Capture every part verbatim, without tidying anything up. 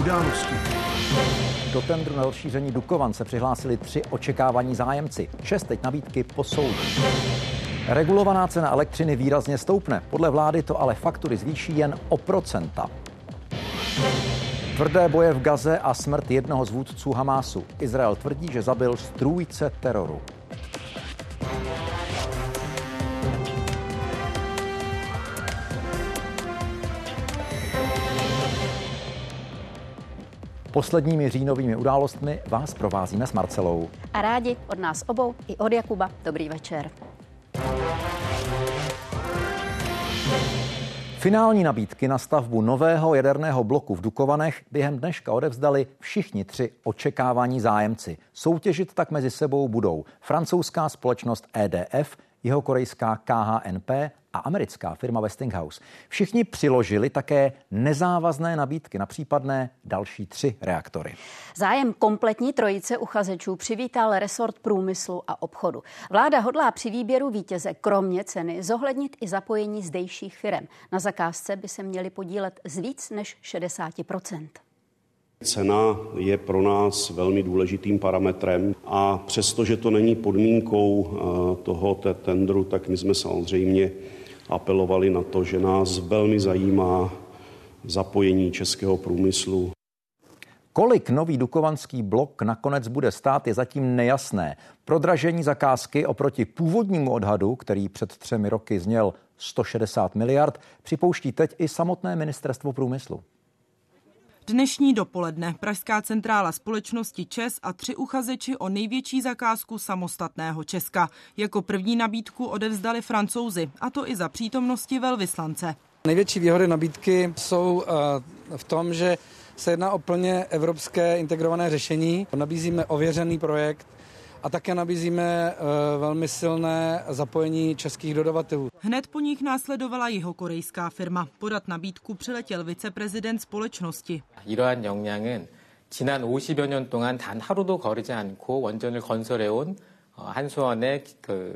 události. Do tendru na rozšíření Dukovan se přihlásili tři očekávaní zájemci. Šest teď nabídky posoudí. Regulovaná cena elektřiny výrazně stoupne. Podle vlády to ale faktury zvýší jen o procenta. Tvrdé boje v Gaze a smrt jednoho z vůdců Hamásu. Izrael tvrdí, že zabil strůjce teroru. Posledními říjnovými událostmi vás provázíme s Marcelou. A rádi od nás obou i od Jakuba. Dobrý večer. Finální nabídky na stavbu nového jaderného bloku v Dukovanech během dneška odevzdali všichni tři očekávaní zájemci. Soutěžit tak mezi sebou budou francouzská společnost E D F, jihokorejská K H N P a americká firma Westinghouse. Všichni přiložili také nezávazné nabídky na případné další tři reaktory. Zájem kompletní trojice uchazečů přivítal resort průmyslu a obchodu. Vláda hodlá při výběru vítěze kromě ceny zohlednit i zapojení zdejších firem. Na zakázce by se měli podílet z víc než šedesát procent. Cena je pro nás velmi důležitým parametrem a přestože to není podmínkou toho tendru, tak my jsme samozřejmě apelovali na to, že nás velmi zajímá zapojení českého průmyslu. Kolik nový dukovanský blok nakonec bude stát, je zatím nejasné. Prodražení zakázky oproti původnímu odhadu, který před třemi roky zněl sto šedesát miliard, připouští teď i samotné ministerstvo průmyslu. Dnešní dopoledne pražská centrála společnosti ČEZ a tři uchazeči o největší zakázku samostatného Česka. Jako první nabídku odevzdali Francouzi, a to i za přítomnosti velvyslance. Největší výhody nabídky jsou v tom, že se jedná o plně evropské integrované řešení. Nabízíme ověřený projekt a také nabízíme velmi silné zapojení českých dodavatelů. Hned po nich následovala jihokorejská firma. Podat nabídku přiletěl viceprezident společnosti. 이러한 역량은 지난 오십여 년 동안 단 하루도 거르지 않고 원전을 건설해온 한수원의 그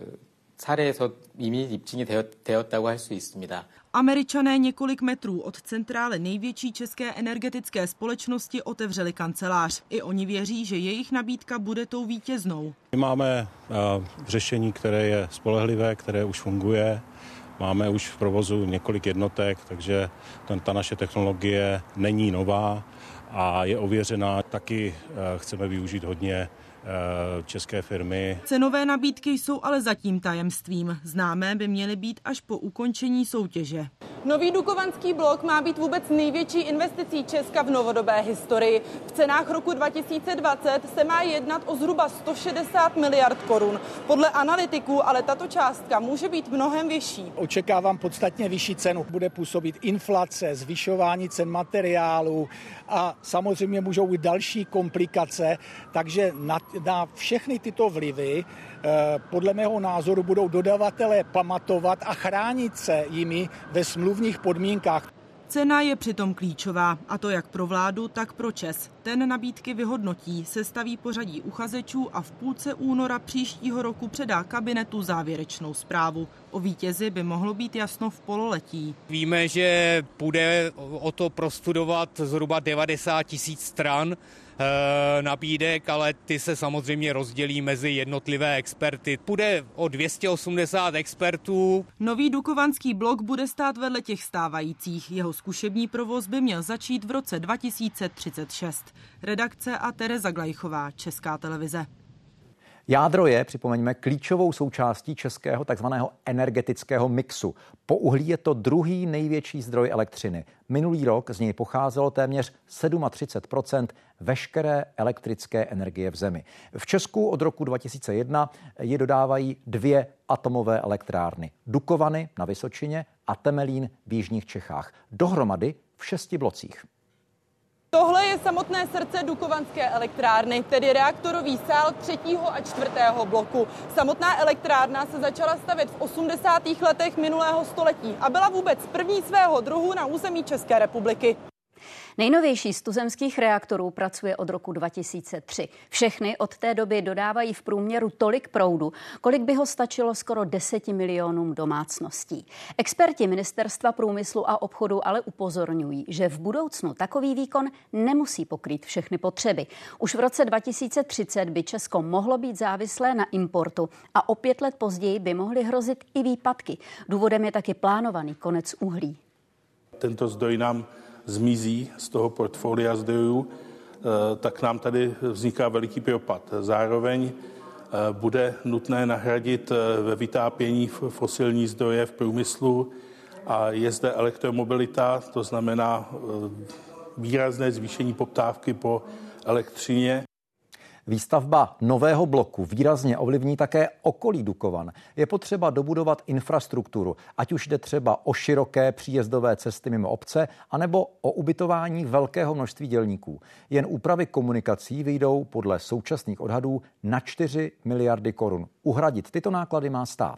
사례에서 이미 입증이 되었다고 할 수 있습니다. Američané několik metrů od centrály největší české energetické společnosti otevřeli kancelář. I oni věří, že jejich nabídka bude tou vítěznou. My máme uh, řešení, které je spolehlivé, které už funguje. Máme už v provozu několik jednotek, takže ten, ta naše technologie není nová a je ověřená. Taky uh, chceme využít hodně české firmy. Cenové nabídky jsou ale zatím tajemstvím. Známé by měly být až po ukončení soutěže. Nový dukovanský blok má být vůbec největší investicí Česka v novodobé historii. V cenách roku dva tisíce dvacet se má jednat o zhruba sto šedesát miliard korun. Podle analytiků ale tato částka může být mnohem vyšší. Očekávám podstatně vyšší cenu. Bude působit inflace, zvyšování cen materiálů a samozřejmě můžou být další komplikace, takže na, na všechny tyto vlivy podle mého názoru budou dodavatelé pamatovat a chránit se jimi ve smluvních podmínkách. Cena je přitom klíčová, a to jak pro vládu, tak pro ČEZ. Ten nabídky vyhodnotí, sestaví pořadí uchazečů a v půlce února příštího roku předá kabinetu závěrečnou zprávu. O vítězi by mohlo být jasno v pololetí. Víme, že půjde o to prostudovat zhruba devadesát tisíc stran nabídek, ale ty se samozřejmě rozdělí mezi jednotlivé experty. Půjde o dvě stě osmdesát expertů. Nový dukovanský blok bude stát vedle těch stávajících. Jeho zkušební provoz by měl začít v roce dva tisíce třicet šest. Redakce a Tereza Glajchová, Česká televize. Jádro je, připomeňme, klíčovou součástí českého takzvaného energetického mixu. Po uhlí je to druhý největší zdroj elektřiny. Minulý rok z něj pocházelo téměř třicet sedm procent veškeré elektrické energie v zemi. V Česku od roku dva tisíce jedna ji dodávají dvě atomové elektrárny. Dukovany na Vysočině a Temelín v jižních Čechách. Dohromady v šesti blocích. Tohle je samotné srdce dukovanské elektrárny, tedy reaktorový sál třetího a čtvrtého bloku. Samotná elektrárna se začala stavět v osmdesátých letech minulého století a byla vůbec první svého druhu na území České republiky. Nejnovější z tuzemských reaktorů pracuje od roku dva tisíce tři. Všechny od té doby dodávají v průměru tolik proudu, kolik by ho stačilo skoro deseti milionům domácností. Experti Ministerstva průmyslu a obchodu ale upozorňují, že v budoucnu takový výkon nemusí pokrýt všechny potřeby. Už v roce dva tisíce třicet by Česko mohlo být závislé na importu a o pět let později by mohly hrozit i výpadky. Důvodem je taky plánovaný konec uhlí. Tento zdroj nám zmizí z toho portfolia zdrojů, tak nám tady vzniká veliký propad. Zároveň bude nutné nahradit ve vytápění fosilní zdroje v průmyslu a je zde elektromobilita, to znamená výrazné zvýšení poptávky po elektřině. Výstavba nového bloku výrazně ovlivní také okolí Dukovan. Je potřeba dobudovat infrastrukturu, ať už jde třeba o široké příjezdové cesty mimo obce, anebo o ubytování velkého množství dělníků. Jen úpravy komunikací vyjdou podle současných odhadů na čtyři miliardy korun. Uhradit tyto náklady má stát.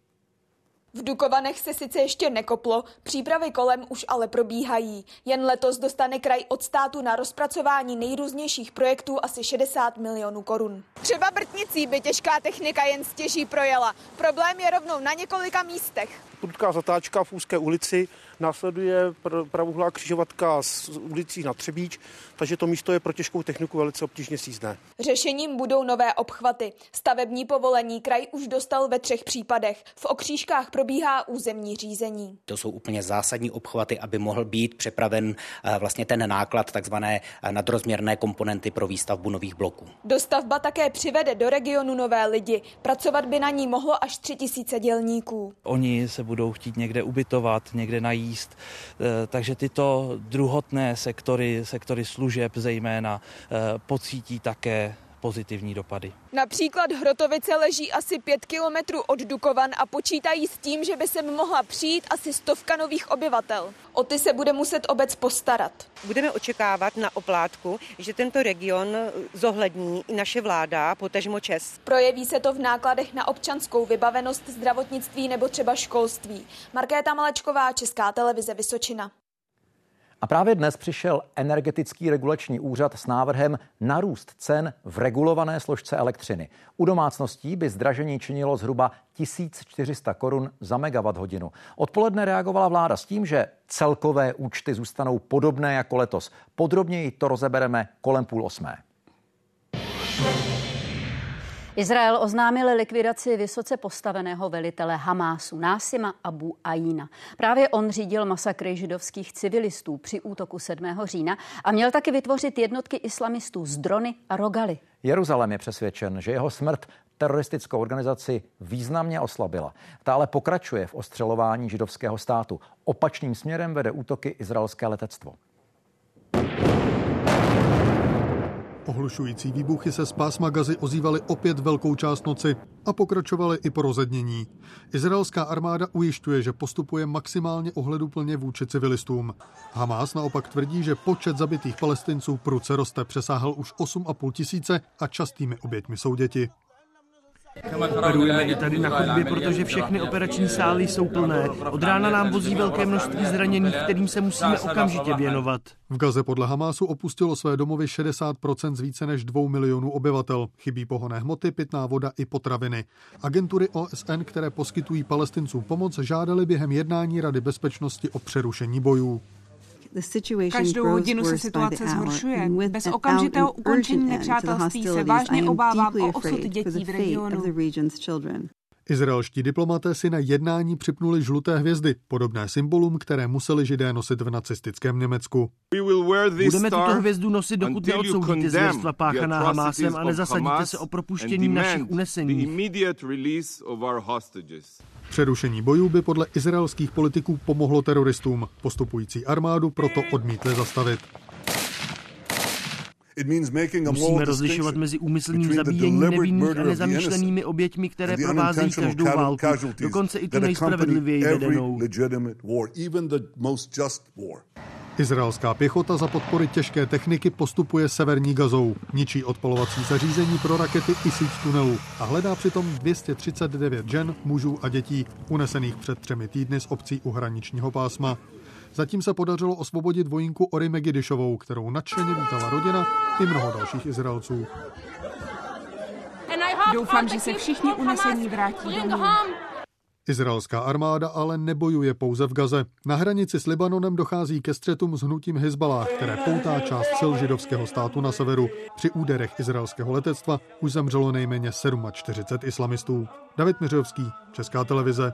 V Dukovanech se sice ještě nekoplo, přípravy kolem už ale probíhají. Jen letos dostane kraj od státu na rozpracování nejrůznějších projektů asi šedesát milionů korun. Třeba Brtnicí by těžká technika jen stěží projela. Problém je rovnou na několika místech. Prudká zatáčka v úzké ulici, následuje pravoúhlá křižovatka s ulicí na Třebíč, takže to místo je pro těžkou techniku velice obtížně sjízdné. Řešením budou nové obchvaty. Stavební povolení kraj už dostal ve třech případech. V Okřížkách probíhá územní řízení. To jsou úplně zásadní obchvaty, aby mohl být přepraven vlastně ten náklad takzvané nadrozměrné komponenty pro výstavbu nových bloků. Dostavba také přivede do regionu nové lidi. Pracovat by na ní mohlo až tři tisíce dělníků. Oni se budou chtít někde ubytovat, někde najíst, takže tyto druhotné sektory, sektory služeb zejména, pocítí také pozitivní dopady. Například Hrotovice leží asi pět kilometrů od Dukovan a počítají s tím, že by sem mohla přijít asi stovka nových obyvatel. O ty se bude muset obec postarat. Budeme očekávat na oplátku, že tento region zohlední i naše vláda, potažmo ČES. Projeví se to v nákladech na občanskou vybavenost, zdravotnictví nebo třeba školství. Markéta Malečková, Česká televize Vysočina. A právě dnes přišel Energetický regulační úřad s návrhem na růst cen v regulované složce elektřiny. U domácností by zdražení činilo zhruba tisíc čtyři sta korun za megawatt hodinu. Odpoledne reagovala vláda s tím, že celkové účty zůstanou podobné jako letos. Podrobněji to rozebereme kolem půl osmé. Izrael oznámil likvidaci vysoce postaveného velitele Hamásu Násima Abu Aina. Právě on řídil masakry židovských civilistů při útoku sedmého října a měl taky vytvořit jednotky islamistů z Drony a Rogaly. Jeruzalém je přesvědčen, že jeho smrt teroristickou organizaci významně oslabila. Ta ale pokračuje v ostřelování židovského státu. Opačným směrem vede útoky izraelské letectvo. Ohlušující výbuchy se z pásma Gazy ozývaly opět velkou část noci a pokračovaly i po rozednění. Izraelská armáda ujišťuje, že postupuje maximálně ohleduplně vůči civilistům. Hamás naopak tvrdí, že počet zabitých Palestinců prudce roste, přesáhl už osm a půl tisíce a častými oběťmi jsou děti. Operujeme i tady na chodbě, protože všechny operační sály jsou plné. Od rána nám vozí velké množství zraněných, kterým se musíme okamžitě věnovat. V Gaze podle Hamásu opustilo své domovy šedesát procent z více než dvou milionů obyvatel. Chybí pohonné hmoty, pitná voda i potraviny. Agentury O S N, které poskytují Palestincům pomoc, žádaly během jednání Rady bezpečnosti o přerušení bojů. Každou hodinu se situace zhoršuje. Bez okamžitého ukončení nepřátelství se vážně obávám o osud dětí v regionu. Izraelští diplomaté si na jednání připnuli žluté hvězdy, podobné symbolům, které museli Židé nosit v nacistickém Německu. Budeme tuto hvězdu nosit, dokud neodsoudíte zvěrstva páchaná Hamásem a nezasadíte se o propuštění našich unesených. Přerušení bojů by podle izraelských politiků pomohlo teroristům. Postupující armádu proto odmítli zastavit. Musíme rozlišovat mezi úmyslným zabíjením nevinných a nezamýšlenými oběťmi, které provázejí každou válku, dokonce i tu nejspravedlivěji vedenou. Izraelská pěchota za podpory těžké techniky postupuje severní Gazou, ničí odpalovací zařízení pro rakety i síť tunelů a hledá přitom dvě stě třicet devět žen, mužů a dětí, unesených před třemi týdny z obcí u hraničního pásma. Zatím se podařilo osvobodit vojínku Ori Megidišovou, kterou nadšeně vítala rodina i mnoho dalších Izraelců. Doufám, že se všichni unesení vrátí domů. Izraelská armáda ale nebojuje pouze v Gaze. Na hranici s Libanonem dochází ke střetům s hnutím Hizballáh, které poutá část sil židovského státu na severu. Při úderech izraelského letectva už zemřelo nejméně čtyřicet sedm islamistů. David Miřovský, Česká televize.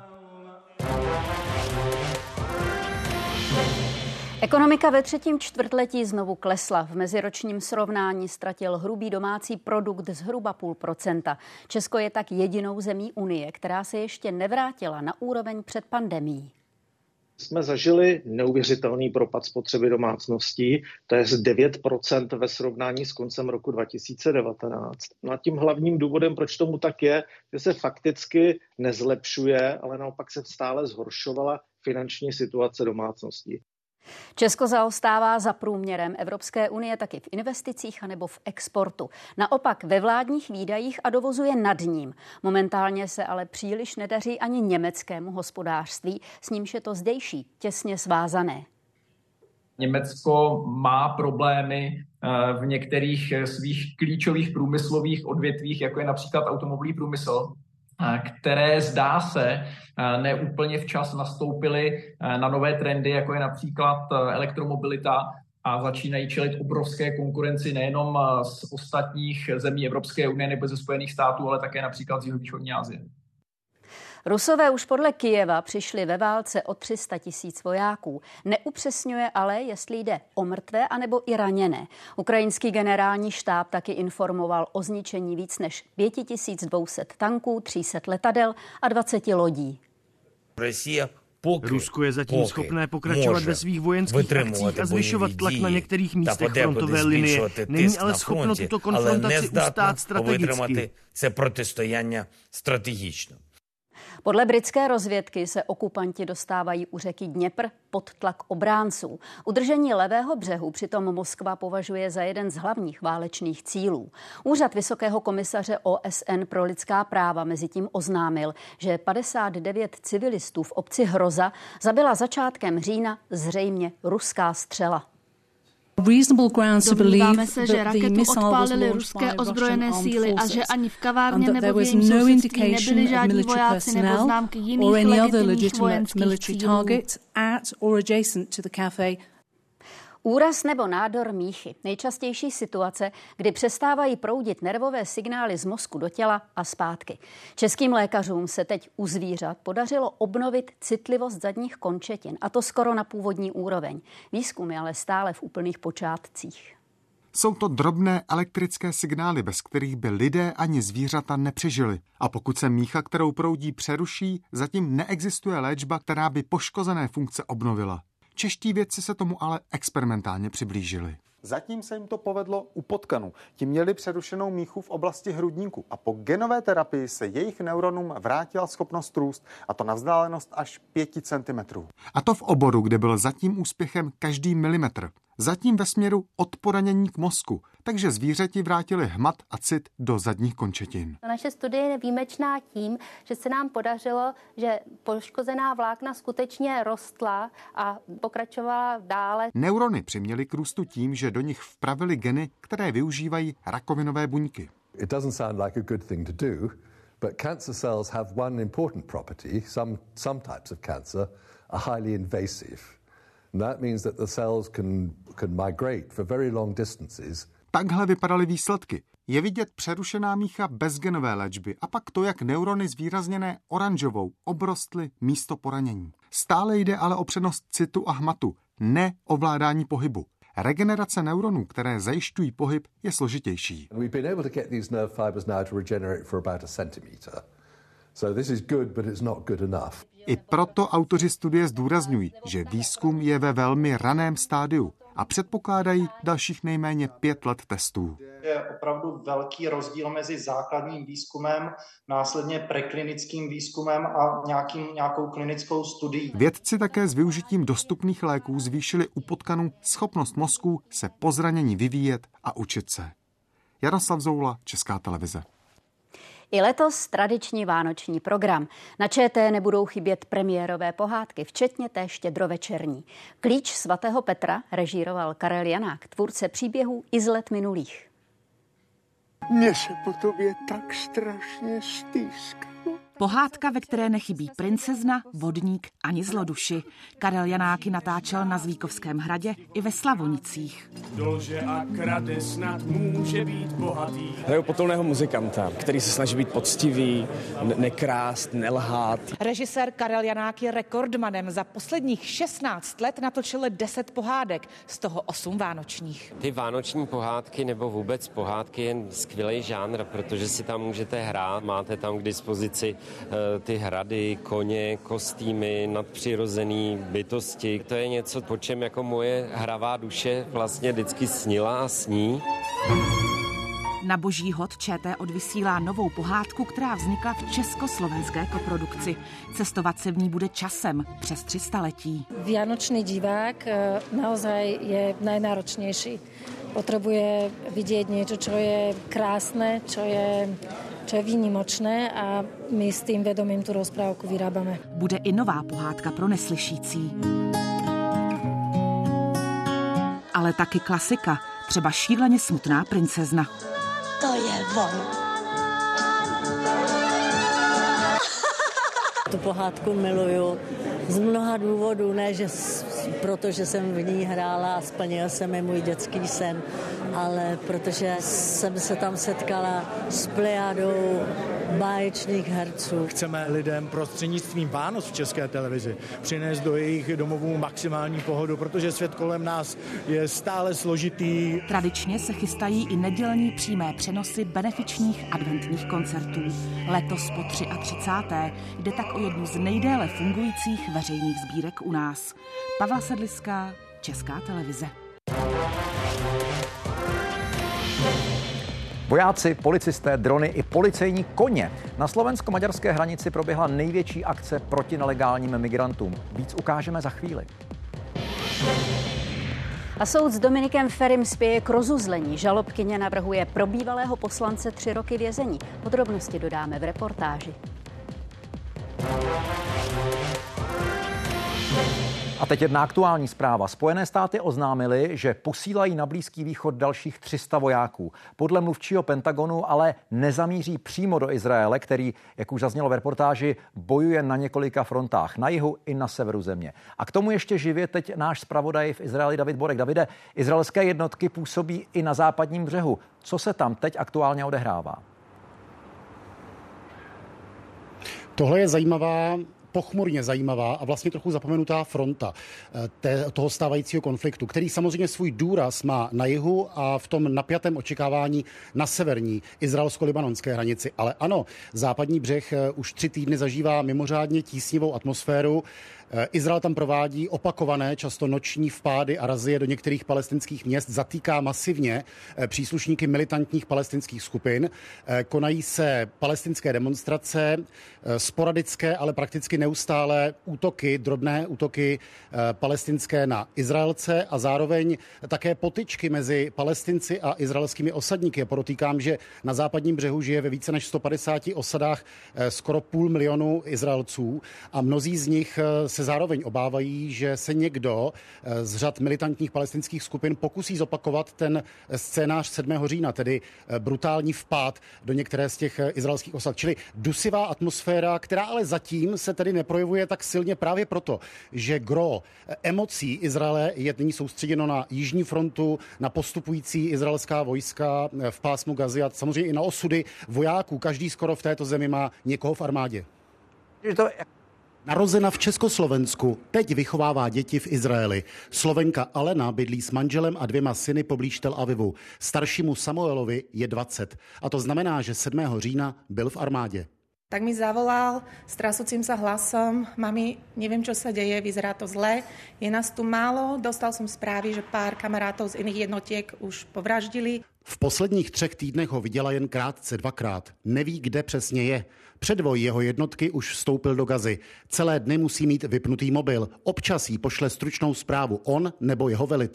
Ekonomika ve třetím čtvrtletí znovu klesla. V meziročním srovnání ztratil hrubý domácí produkt zhruba půl procenta. Česko je tak jedinou zemí Unie, která se ještě nevrátila na úroveň před pandemií. Jsme zažili neuvěřitelný propad spotřeby domácností, to je devět procent ve srovnání s koncem roku dva tisíce devatenáct. No a tím hlavním důvodem, proč tomu tak je, že se fakticky nezlepšuje, ale naopak se stále zhoršovala finanční situace domácností. Česko zaostává za průměrem Evropské unie taky v investicích anebo v exportu. Naopak ve vládních výdajích a dovozu je nad ním. Momentálně se ale příliš nedaří ani německému hospodářství, s nímž je to zdejší těsně svázané. Německo má problémy v některých svých klíčových průmyslových odvětvích, jako je například automobilový průmysl, které zdá se neúplně včas nastoupily na nové trendy, jako je například elektromobilita a začínají čelit obrovské konkurenci nejenom z ostatních zemí Evropské unie nebo ze Spojených států, ale také například z jihovýchodní Asie. Rusové už podle Kyjeva přišli ve válce o tři sta tisíc vojáků. Neupřesňuje ale, jestli jde o mrtvé anebo i raněné. Ukrajinský generální štáb taky informoval o zničení víc než pět tisíc dvě stě tanků, tři sta letadel a dvacet lodí. Rusko je zatím schopné pokračovat ve svých vojenských akcích a zvyšovat tlak na některých místech frontové linie. Není ale schopno tuto konfrontaci ustát strategicky. Podle britské rozvědky se okupanti dostávají u řeky Dněpr pod tlak obránců. Udržení levého břehu přitom Moskva považuje za jeden z hlavních válečných cílů. Úřad Vysokého komisaře O S N pro lidská práva mezitím oznámil, že padesát devět civilistů v obci Hroza zabila začátkem října zřejmě ruská střela. Domníváme se, že raketu odpálily ruské ozbrojené síly a že ani v kavárně nebo v jejím sousedství nebyli žádní vojáci nebo známky jiných legitimních vojenských cílů. Úraz nebo nádor míchy. Nejčastější situace, kdy přestávají proudit nervové signály z mozku do těla a zpátky. Českým lékařům se teď u zvířat podařilo obnovit citlivost zadních končetin, a to skoro na původní úroveň. Výzkum je ale stále v úplných počátcích. Jsou to drobné elektrické signály, bez kterých by lidé ani zvířata nepřežili. A pokud se mícha, kterou proudí, přeruší, zatím neexistuje léčba, která by poškozené funkce obnovila. Čeští vědci se tomu ale experimentálně přiblížili. Zatím se jim to povedlo u potkanů. Ti měli přerušenou míchu v oblasti hrudníku a po genové terapii se jejich neuronům vrátila schopnost růst, a to na vzdálenost až pět centimetrů. A to v oboru, kde byl zatím úspěchem každý milimetr. Zatím ve směru od poranění k mozku, takže zvířeti vrátili hmat a cit do zadních končetin. Naše studie je výjimečná tím, že se nám podařilo, že poškozená vlákna skutečně rostla a pokračovala dále. Neurony přiměly k růstu tím, že do nich vpravili geny, které využívají rakovinové buňky. It doesn't sound like a good thing to do, but cancer cells have one important property. Some some types of cancer are highly invasive. And that means that the cells can can migrate for very long distances. Takhle vypadaly výsledky. Je vidět přerušená mícha bez genové léčby a pak to, jak neurony zvýrazněné oranžovou obrostly místo poranění. Stále jde ale o přenos citu a hmatu, ne ovládání pohybu. Regenerace neuronů, které zajišťují pohyb, je složitější. We've been able to get these nerve fibers now to regenerate for about a centimeter. So this is good, but it's not good enough. I proto autoři studie zdůrazňují, že výzkum je ve velmi raném stádiu a předpokládají dalších nejméně pět let testů. Je opravdu velký rozdíl mezi základním výzkumem, následně preklinickým výzkumem a nějakým, nějakou klinickou studií. Vědci také s využitím dostupných léků zvýšili u potkanů schopnost mozku se po zranění vyvíjet a učit se. Jaroslav Zoula, Česká televize. I letos tradiční vánoční program. Na ČT nebudou chybět premiérové pohádky, včetně té štědrovečerní. Klíč svatého Petra režíroval Karel Janák, tvůrce příběhů i z let minulých. Mně se po tobě tak strašně stýská. Pohádka, ve které nechybí princezna, vodník ani zloduši. Karel Janáky natáčel na Zvíkovském hradě i ve Slavonicích. Dolže a krade snad může být bohatý. Hraju potulného muzikanta, který se snaží být poctivý, nekrást, nelhát. Režisér Karel Janák je rekordmanem. Za posledních šestnáct let natočil deset pohádek, z toho osm vánočních. Ty vánoční pohádky nebo vůbec pohádky je skvělý žánr, protože si tam můžete hrát, máte tam k dispozici ty hrady, koně, kostýmy, nadpřirozený bytosti. To je něco, po čem jako moje hravá duše vlastně vždycky snila a sní. Na Boží hod ČT odvysílá novou pohádku, která vznikla v československé koprodukci. Cestovat se v ní bude časem, přes tři staletí. Vianočný divák naozaj je najnáročnejší. Potrebuje vidieť niečo, čo je krásne, čo je, čo je výnimočné a my s tým vedomím tu rozprávku vyrábame. Bude i nová pohádka pro neslyšící. Ale taky klasika, třeba Šíleně smutná princezna. To je on. Tu pohádku miluju z mnoha důvodů, ne, že protože jsem v ní hrála a splnil jsem mi můj dětský sen, ale protože jsem se tam setkala s plejádou báječných herců. Chceme lidem prostřednictvím Vánoc v České televizi přinést do jejich domovů maximální pohodu, protože svět kolem nás je stále složitý. Tradičně se chystají i nedělní přímé přenosy benefičních adventních koncertů. Letos po třicáté. Jde tak o jednu z nejdéle fungujících veřejných sbírek u nás. Pavla Sedliská, Česká televize. Vojáci, policisté, drony i policejní koně. Na slovensko-maďarské hranici proběhla největší akce proti nelegálním migrantům. Víc ukážeme za chvíli. A soud s Dominikem Ferim spěje k rozuzlení. Žalobkyně navrhuje pro bývalého poslance tři roky vězení. Podrobnosti dodáme v reportáži. A teď jedna aktuální zpráva. Spojené státy oznámily, že posílají na Blízký východ dalších tři sta vojáků. Podle mluvčího Pentagonu ale nezamíří přímo do Izraele, který, jak už zaznělo v reportáži, bojuje na několika frontách, na jihu i na severu země. A k tomu ještě živě teď náš zpravodaj v Izraeli David Borek. Davide, izraelské jednotky působí i na západním břehu. Co se tam teď aktuálně odehrává? Tohle je zajímavá pochmurně zajímavá a vlastně trochu zapomenutá fronta té, toho stávajícího konfliktu, který samozřejmě svůj důraz má na jihu a v tom napjatém očekávání na severní izraelsko-libanonské hranici. Ale ano, západní břeh už tři týdny zažívá mimořádně tísnivou atmosféru. Izrael tam provádí opakované, často noční vpády a razie do některých palestinských měst, zatýká masivně příslušníky militantních palestinských skupin. Konají se palestinské demonstrace, sporadické, ale prakticky neustálé útoky, drobné útoky palestinské na Izraelce a zároveň také potyčky mezi Palestinci a izraelskými osadníky. Podotýkám, že na západním břehu žije ve více než sto padesáti osadách skoro půl milionu Izraelců a mnozí z nich se zároveň obávají, že se někdo z řad militantních palestinských skupin pokusí zopakovat ten scénář sedmého října, tedy brutální vpád do některé z těch izraelských osad. Čili dusivá atmosféra, která ale zatím se tedy neprojevuje tak silně právě proto, že gro emocí Izraele je nyní soustředěno na jižní frontu, na postupující izraelská vojska v pásmu Gazy a samozřejmě i na osudy vojáků. Každý skoro v této zemi má někoho v armádě. Narozena v Československu, teď vychovává děti v Izraeli. Slovenka Alena bydlí s manželem a dvěma syny poblíž Tel Avivu. Staršímu Samuelovi je dvacet. A to znamená, že sedmého října byl v armádě. Tak mi zavolal s trasúcim sa hlasom: mami, neviem, čo sa deje, vyzerá to zle, je nás tu málo, dostal som správy, že pár kamarátov z iných jednotiek už povraždili. V posledních třech týdnech ho viděla jen krátce dvakrát. Neví, kde přesně je. Předvoj jeho jednotky už vstoupil do Gazy. Celé dny musí mít vypnutý mobil. Občas jí pošle stručnou zprávu on nebo jeho velitel.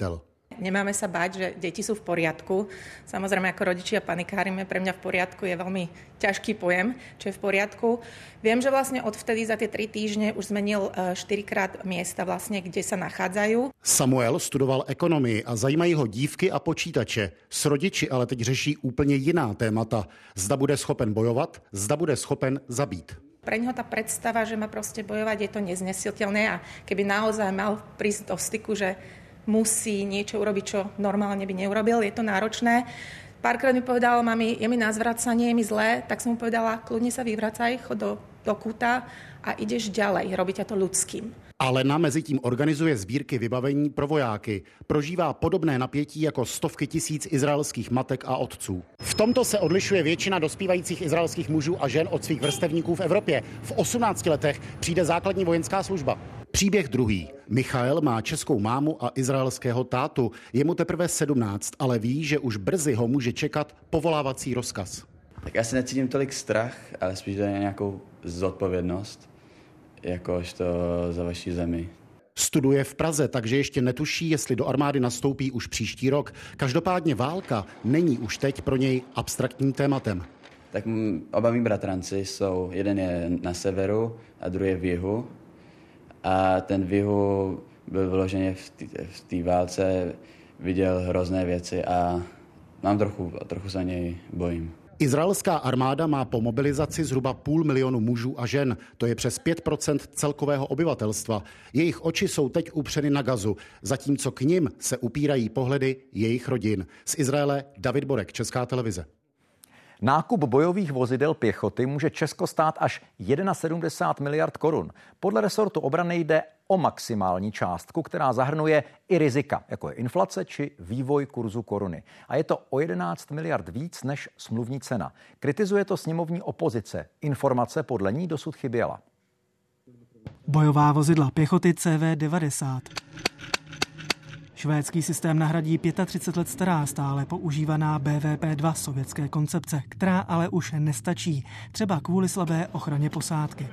Nemáme sa báť, že deti sú v poriadku. Samozrejme, ako rodičia panikárime, pre mňa v poriadku je veľmi ťažký pojem, čo je v poriadku. Viem, že vlastne odvtedy za tie tri týždne už zmenil štyrikrát miesta vlastne, kde sa nachádzajú. Samuel studoval ekonomii a zajímají ho dívky a počítače. S rodiči ale teď řeší úplně jiná témata. Zda bude schopen bojovat, zda bude schopen zabít. Pre ňoho tá predstava, že má proste bojovať, je to neznesiteľné a keby naozaj mal prísť do styku, že musí niečo urobiť, čo normálne by neurobil, je to náročné. Párkrát mi povedal, mami, je mi na zvracanie, je mi zlé, tak som mu povedala, kľudne sa vyvracaj, chod do, do kúta a ideš ďalej, robí ťa to ľudským. Alena mezi tím organizuje sbírky vybavení pro vojáky. Prožívá podobné napětí jako stovky tisíc izraelských matek a otců. V tomto se odlišuje většina dospívajících izraelských mužů a žen od svých vrstevníků v Evropě. V osmnácti letech přijde základní vojenská služba. Příběh druhý. Michael má českou mámu a izraelského tátu. Je mu teprve sedmnáct, ale ví, že už brzy ho může čekat povolávací rozkaz. Tak já si necítím tolik strach, ale spíš do nějakou zodpovědnost, jakožto za vaší zemi. Studuje v Praze, takže ještě netuší, jestli do armády nastoupí už příští rok. Každopádně válka není už teď pro něj abstraktním tématem. Tak oba mý bratranci jsou, jeden je na severu a druhý je v jihu. A ten v jihu byl vyloženě v té válce, viděl hrozné věci a mám trochu, trochu se něj bojím. Izraelská armáda má po mobilizaci zhruba půl milionu mužů a žen. To je přes pět procent celkového obyvatelstva. Jejich oči jsou teď upřeny na Gazu, zatímco k nim se upírají pohledy jejich rodin. Z Izraele David Borek, Česká televize. Nákup bojových vozidel pěchoty může Česko stát až sedmdesát jedna miliard korun. Podle resortu obrany jde o maximální částku, která zahrnuje i rizika, jako je inflace či vývoj kurzu koruny. A je to o jedenáct miliard víc než smluvní cena. Kritizuje to sněmovní opozice. Informace podle ní dosud chyběla. Bojová vozidla pěchoty C V devadesát. Švédský systém nahradí třicet pět let stará stále používaná B V P dva sovětské koncepce, která ale už nestačí, třeba kvůli slabé ochraně posádky.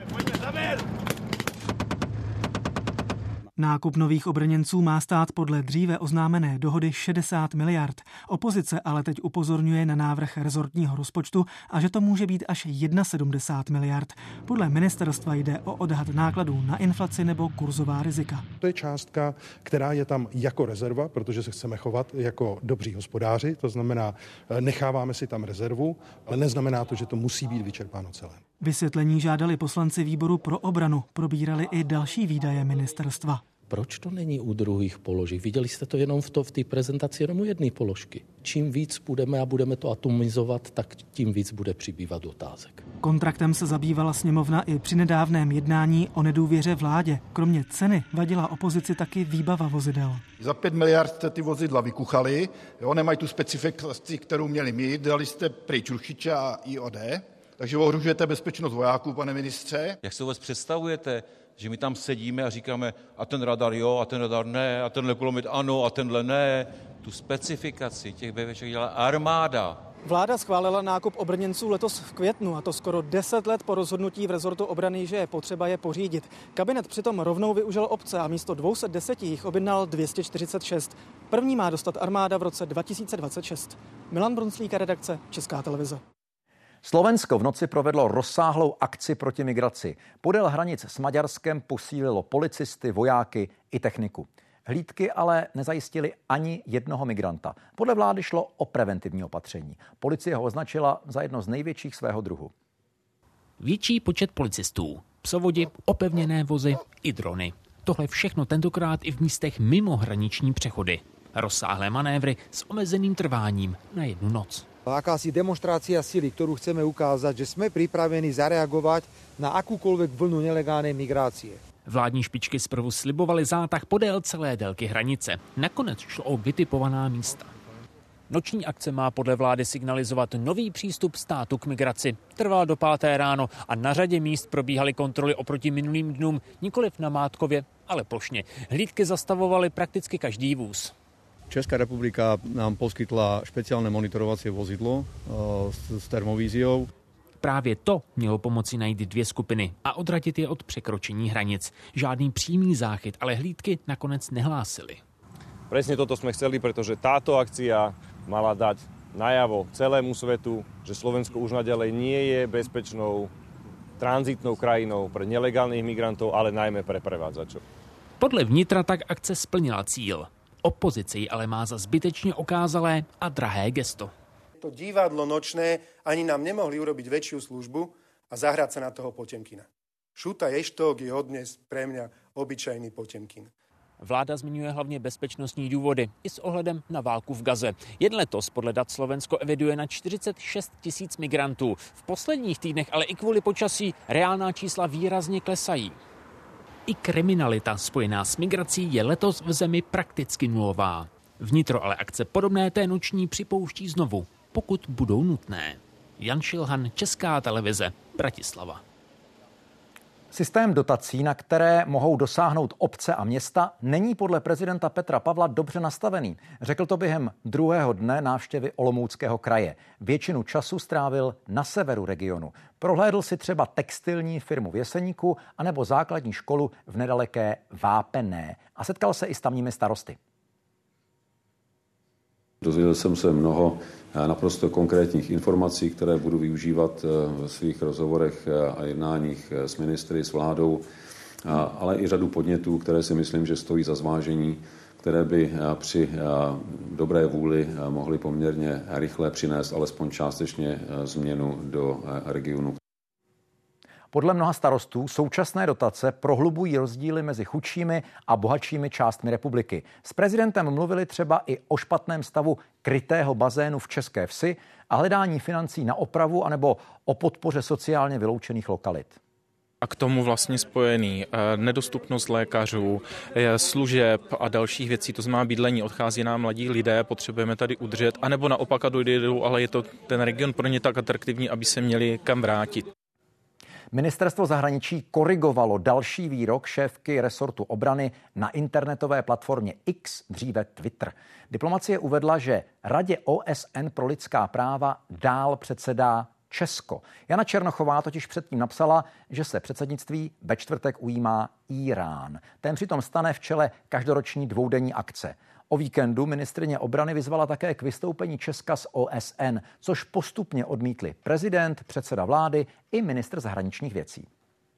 Nákup nových obrněnců má stát podle dříve oznámené dohody šedesát miliard. Opozice ale teď upozorňuje na návrh rezortního rozpočtu a že to může být až sedmdesát jedna miliard. Podle ministerstva jde o odhad nákladů na inflaci nebo kurzová rizika. To je částka, která je tam jako rezerva, protože se chceme chovat jako dobří hospodáři, to znamená, necháváme si tam rezervu, ale neznamená to, že to musí být vyčerpáno celé. Vysvětlení žádali poslanci výboru pro obranu, probírali i další výdaje ministerstva. Proč to není u druhých položek? Viděli jste to jenom v, to, v té prezentaci jenom u jedné položky. Čím víc budeme a budeme to atomizovat, tak tím víc bude přibývat otázek. Kontraktem se zabývala sněmovna i při nedávném jednání o nedůvěře vládě. Kromě ceny vadila opozici taky výbava vozidel. Za pět miliard jste ty vozidla vykuchali, jo, nemají tu specifikaci, kterou měli mít, dali jste pryč rušiče a I O D, takže ohrožujete bezpečnost vojáků, pane ministře. Jak si vůbec představujete, že my tam sedíme a říkáme, a ten radar jo, a ten radar ne, a tenhle kulomet ano, a tenhle ne. Tu specifikaci těch BVček dělá armáda. Vláda schválila nákup obrněnců letos v květnu, a to skoro deset let po rozhodnutí v rezortu obrany, že je potřeba je pořídit. Kabinet přitom rovnou využil obce a místo dvě stě deset jich objednal dvě stě čtyřicet šest. První má dostat armáda v roce dva tisíce dvacet šest. Milan Brunslík, redakce, Česká televize. Slovensko v noci provedlo rozsáhlou akci proti migraci. Podél hranic s Maďarskem posílilo policisty, vojáky i techniku. Hlídky ale nezajistili ani jednoho migranta. Podle vlády šlo o preventivní opatření. Policie ho označila za jedno z největších svého druhu. Větší počet policistů, psovodi, opevněné vozy i drony. Tohle všechno tentokrát i v místech mimo hraniční přechody. Rozsáhlé manévry s omezeným trváním na jednu noc. Akási demonstrácia sily, ktorú chceme ukázať, že sme pripravení zareagovať na akúkoľvek vlnu nelegálnej migrácie. Vládní špičky zprvu slibovaly zátah podél celé délky hranice. Nakonec šlo o vytipovaná místa. Noční akce má podle vlády signalizovat nový přístup státu k migraci. Trvala do páté ráno a na řadě míst probíhaly kontroly oproti minulým dnům, nikoliv na Mátkově, ale plošně. Hlídky zastavovaly prakticky každý vůz. Česká republika nám poskytla špeciálne monitorovacie vozidlo s termovíziou. Právě to mělo pomoci najít dvě skupiny a odradit je od překročení hranic. Žádný přímý záchyt, ale hlídky nakonec nehlásily. Presne toto sme chceli, pretože táto akcia mala dať najavo celému svetu, že Slovensko už naďalej nie je bezpečnou tranzitnou krajinou pre nelegálnych migrantov, ale najmä pre prevádzačov. Podle vnitra tak akce splnila cíl. Opozici ale má za zbytečně okázalé a drahé gesto. To divadlo nočné ani nám nemohli urobiť väčšiu službu a zahrať sa na toho Potemkina. Šuta Ještok je odnes pre mňa obyčajný Potemkin. Vláda zmiňuje hlavně bezpečnostní důvody i s ohledem na válku v Gaze. Jen letos podle dat Slovensko eviduje na čtyřicet šest tisíc migrantů. V posledních týdnech ale i kvůli počasí reálná čísla výrazně klesají. I kriminalita spojená s migrací je letos v zemi prakticky nulová. Vnitro ale akce podobné té noční připouští znovu, pokud budou nutné. Jan Šilhan, Česká televize, Bratislava. Systém dotací, na které mohou dosáhnout obce a města, není podle prezidenta Petra Pavla dobře nastavený. Řekl to během druhého dne návštěvy Olomouckého kraje. Většinu času strávil na severu regionu. Prohlédl si třeba textilní firmu v Jeseníku anebo základní školu v nedaleké Vápenné a setkal se i s tamními starosty. Dozvěděl jsem se mnoho naprosto konkrétních informací, které budu využívat v svých rozhovorech a jednáních s ministry, s vládou, ale i řadu podnětů, které si myslím, že stojí za zvážení, které by při dobré vůli mohly poměrně rychle přinést alespoň částečně změnu do regionu. Podle mnoha starostů současné dotace prohlubují rozdíly mezi chudšími a bohatšími částmi republiky. S prezidentem mluvili třeba i o špatném stavu krytého bazénu v České Vsi a hledání financí na opravu anebo o podpoře sociálně vyloučených lokalit. A k tomu vlastně spojený nedostupnost lékařů, služeb a dalších věcí, to znamená bydlení, odchází nám mladí lidé, potřebujeme tady udržet, anebo naopak a dojde, ale je to ten region pro ně tak atraktivní, aby se měli kam vrátit. Ministerstvo zahraničí korigovalo další výrok šéfky resortu obrany na internetové platformě X, dříve Twitter. Diplomacie uvedla, že Radě O S N pro lidská práva dál předsedá Česko. Jana Černochová totiž předtím napsala, že se předsednictví ve čtvrtek ujímá Írán. Ten přitom stane v čele každoroční dvoudenní akce. O víkendu ministryně obrany vyzvala také k vystoupení Česka z O S N, což postupně odmítli prezident, předseda vlády i ministr zahraničních věcí.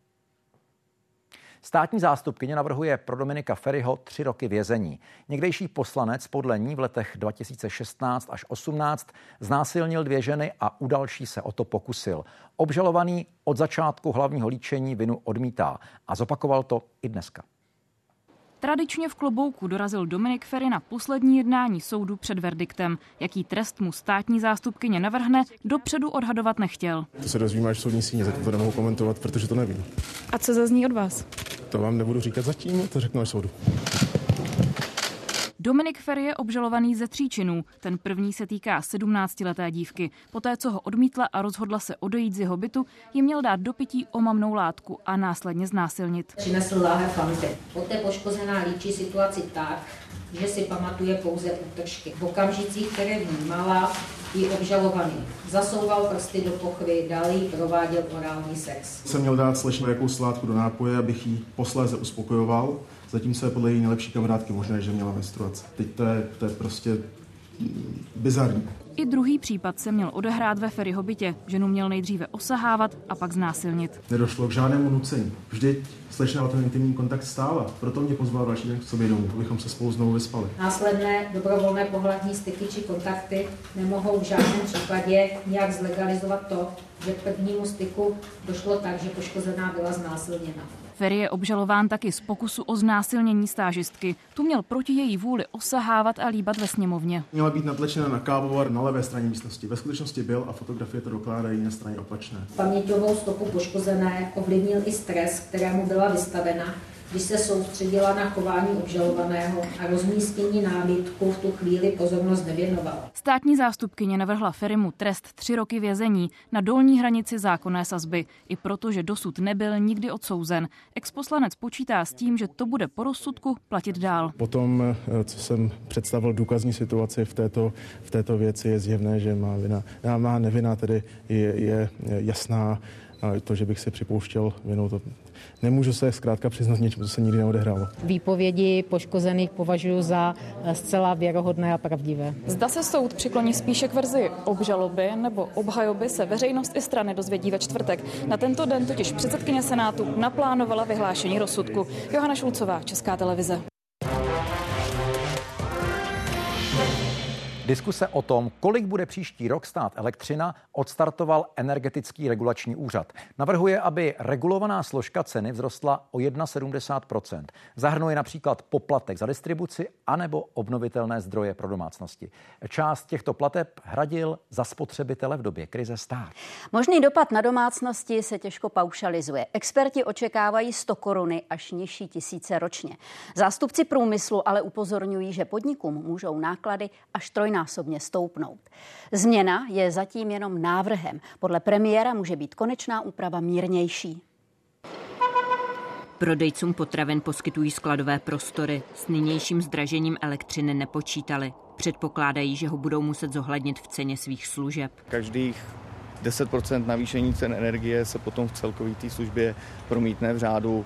Státní zástupkyně navrhuje pro Dominika Feriho tři roky vězení. Někdejší poslanec podle ní v letech dva tisíce šestnáct až osmnáct znásilnil dvě ženy a u další se o to pokusil. Obžalovaný od začátku hlavního líčení vinu odmítá a zopakoval to i dneska. Tradičně v klobouku dorazil Dominik Feri na poslední jednání soudu před verdiktem. Jaký trest mu státní zástupkyně navrhne, dopředu odhadovat nechtěl. To se dozvíme až v soudní síni, zatím to nemohu komentovat, protože to nevím. A co zazní od vás? To vám nebudu říkat zatím, to řeknu až soudu. Dominik Feri je obžalovaný ze tří činů. Ten první se týká sedmnáctileté dívky. Poté, co ho odmítla a rozhodla se odejít z jeho bytu, ji měl dát do pití omamnou látku a následně znásilnit. Přinesl láhev fanty. Poté poškozená líčí situaci tak, že si pamatuje pouze útržky. V okamžicích, které vnímala, ji obžalovaný zasouval prsty do pochvy, dále jí prováděl orální sex. Jsem měl dát slečně jakou sládku do nápoje, abych ji posléze uspokojoval. Zatímco je podle její nejlepší kamarádky možné, že měla menstruaci. Teď to je, to je prostě bizarní. I druhý případ se měl odehrát ve Feriho bytě. Ženu měl nejdříve osahávat a pak znásilnit. Nedošlo k žádnému nucení. Vždyť slečna o ten intimní kontakt stála. Proto mě pozval další den k sobě domů, abychom se spolu znovu vyspali. Následné dobrovolné pohlavní styky či kontakty nemohou v žádném případě nějak zlegalizovat to, že k prvnímu styku došlo tak, že poškozená byla znásilněna. Feri je obžalován taky z pokusu o znásilnění stážistky. Tu měl proti její vůli osahávat a líbat ve sněmovně. Měla být natlačena na kávovar na levé straně místnosti. Ve skutečnosti byl a fotografie to dokládají na straně opačné. Paměťovou stopu poškozené ovlivnil i stres, kterému byla vystavena, když se soustředila na chování obžalovaného a rozmístění nábytku v tu chvíli pozornost nevěnovala. Státní zástupkyně navrhla Ferimu trest tři roky vězení na dolní hranici zákonné sazby, i protože dosud nebyl nikdy odsouzen. Exposlanec počítá s tím, že to bude po rozsudku platit dál. Potom, co jsem představil důkazní situaci v této, v této věci, je zjevné, že má vina, má nevina tedy je, je jasná. ale to, že bych si připouštěl vinu, to nemůžu se zkrátka přiznat něčemu, co se nikdy neodehrálo. Výpovědi poškozených považuji za zcela věrohodné a pravdivé. Zda se soud přikloní spíše k verzi obžaloby nebo obhajoby, se veřejnost i strany dozvědí ve čtvrtek. Na tento den totiž předsedkyně Senátu naplánovala vyhlášení rozsudku. Johana Šulcová, Česká televize. Diskuse o tom, kolik bude příští rok stát elektřina, odstartoval Energetický regulační úřad. Navrhuje, aby regulovaná složka ceny vzrostla o sedmdesát jedna procent. Zahrnuje například poplatek za distribuci anebo obnovitelné zdroje pro domácnosti. Část těchto plateb hradil za spotřebitele v době krize stát. Možný dopad na domácnosti se těžko paušalizuje. Experti očekávají sto koruny až nižší tisíce ročně. Zástupci průmyslu ale upozorňují, že podnikům můžou náklady až trojnásobně násobně stoupnout. Změna je zatím jenom návrhem. Podle premiéra může být konečná úprava mírnější. Prodejcům potravin poskytují skladové prostory. S nynějším zdražením elektřiny nepočítali. Předpokládají, že ho budou muset zohlednit v ceně svých služeb. Každých deset procent navýšení cen energie se potom v celkové té službě promítne v řádu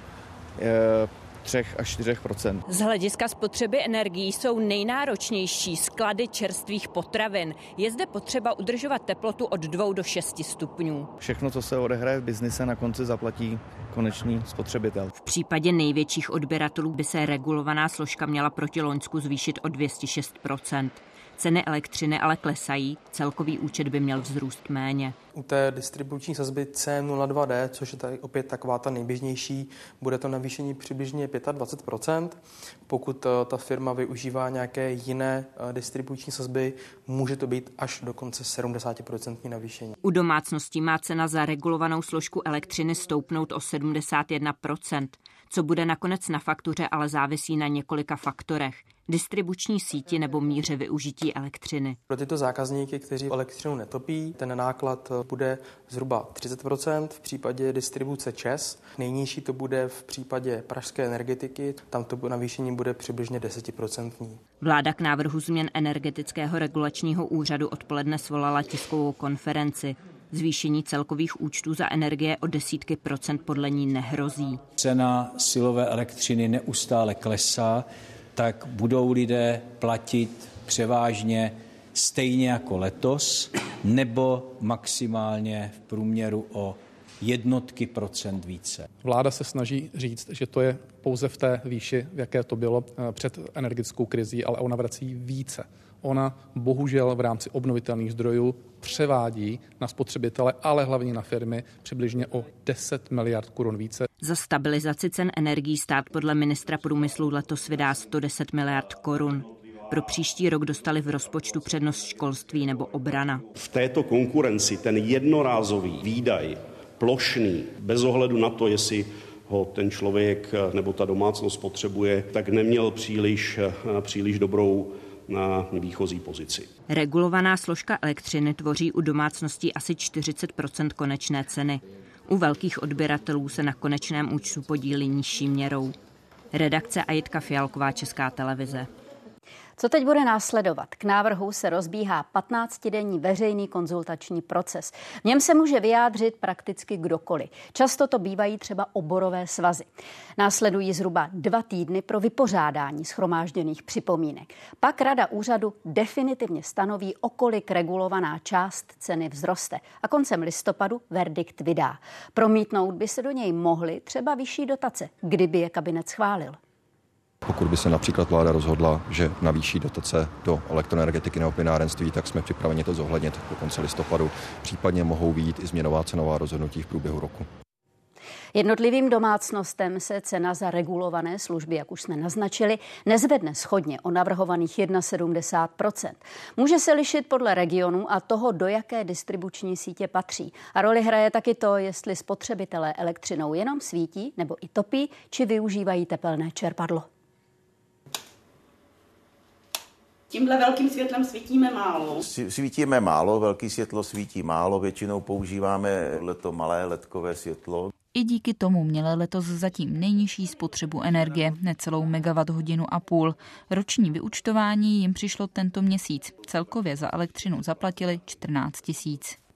e, tři až čtyři procenta. Z hlediska spotřeby energií jsou nejnáročnější sklady čerstvých potravin. Je zde potřeba udržovat teplotu od dvou do šesti stupňů. Všechno, co se odehraje v biznise, na konci zaplatí konečný spotřebitel. V případě největších odběratelů by se regulovaná složka měla proti loňsku zvýšit o dvě stě šest procent. Ceny elektřiny ale klesají, celkový účet by měl vzrůst méně. U té distribuční sazby C nula dva D, což je tady opět taková ta nejběžnější, bude to navýšení přibližně dvacet pět procent. Pokud ta firma využívá nějaké jiné distribuční sazby, může to být až dokonce sedmdesát procent navýšení. U domácností má cena za regulovanou složku elektřiny stoupnout o sedmdesát jedna procent. Co bude nakonec na faktuře, ale závisí na několika faktorech. Distribuční síti nebo míře využití elektřiny. Pro tyto zákazníky, kteří elektřinu netopí, ten náklad bude zhruba třicet procent v případě distribuce ČEZ. Nejnižší to bude v případě pražské energetiky, tam to navýšení bude přibližně deset procent. Vláda k návrhu změn Energetického regulačního úřadu odpoledne svolala tiskovou konferenci. Zvýšení celkových účtů za energie o desítky procent podle ní nehrozí. Cena silové elektřiny neustále klesá, tak budou lidé platit převážně stejně jako letos, nebo maximálně v průměru o jednotky procent více. Vláda se snaží říct, že to je pouze v té výši, v jaké to bylo před energetickou krizí, ale ona vrací více. Ona bohužel v rámci obnovitelných zdrojů převádí na spotřebitele, ale hlavně na firmy přibližně o deset miliard korun více. Za stabilizaci cen energií stát podle ministra průmyslu letos vydá sto deset miliard korun. Pro příští rok dostali v rozpočtu přednost školství nebo obrana. V této konkurenci ten jednorázový výdaj, plošný, bez ohledu na to, jestli ho ten člověk nebo ta domácnost potřebuje, tak neměl příliš, příliš dobrou na výchozí pozici. Regulovaná složka elektřiny tvoří u domácností asi čtyřicet procent konečné ceny. U velkých odběratelů se na konečném účtu podílí nižší měrou. Redakce Ajitka Fialková, Česká televize. Co teď bude následovat? K návrhu se rozbíhá patnáctidenní veřejný konzultační proces. V něm se může vyjádřit prakticky kdokoliv. Často to bývají třeba oborové svazy. Následují zhruba dva týdny pro vypořádání shromážděných připomínek. Pak rada úřadu definitivně stanoví, o kolik regulovaná část ceny vzroste a koncem listopadu verdikt vydá. Promítnout by se do něj mohly třeba vyšší dotace, kdyby je kabinet schválil. Pokud by se například vláda rozhodla, že navýší dotace do elektroenergetiky nebo plynárenství, tak jsme připraveni to zohlednit do konce listopadu. Případně mohou být i změnová cenová rozhodnutí v průběhu roku. Jednotlivým domácnostem se cena za regulované služby, jak už jsme naznačili, nezvedne shodně o navrhovaných sedmdesát jedna procent. Může se lišit podle regionu a toho, do jaké distribuční sítě patří. A roli hraje taky to, jestli spotřebitelé elektřinou jenom svítí nebo i topí, či využívají tepelné čerpadlo. Tímhle velkým světlem svítíme málo. Svítíme málo, velký světlo svítí málo, většinou používáme to malé ledkové světlo. I díky tomu měla letos zatím nejnižší spotřebu energie, necelou megawatt hodinu a půl. Roční vyúčtování jim přišlo tento měsíc. Celkově za elektřinu zaplatili čtrnáct tisíc.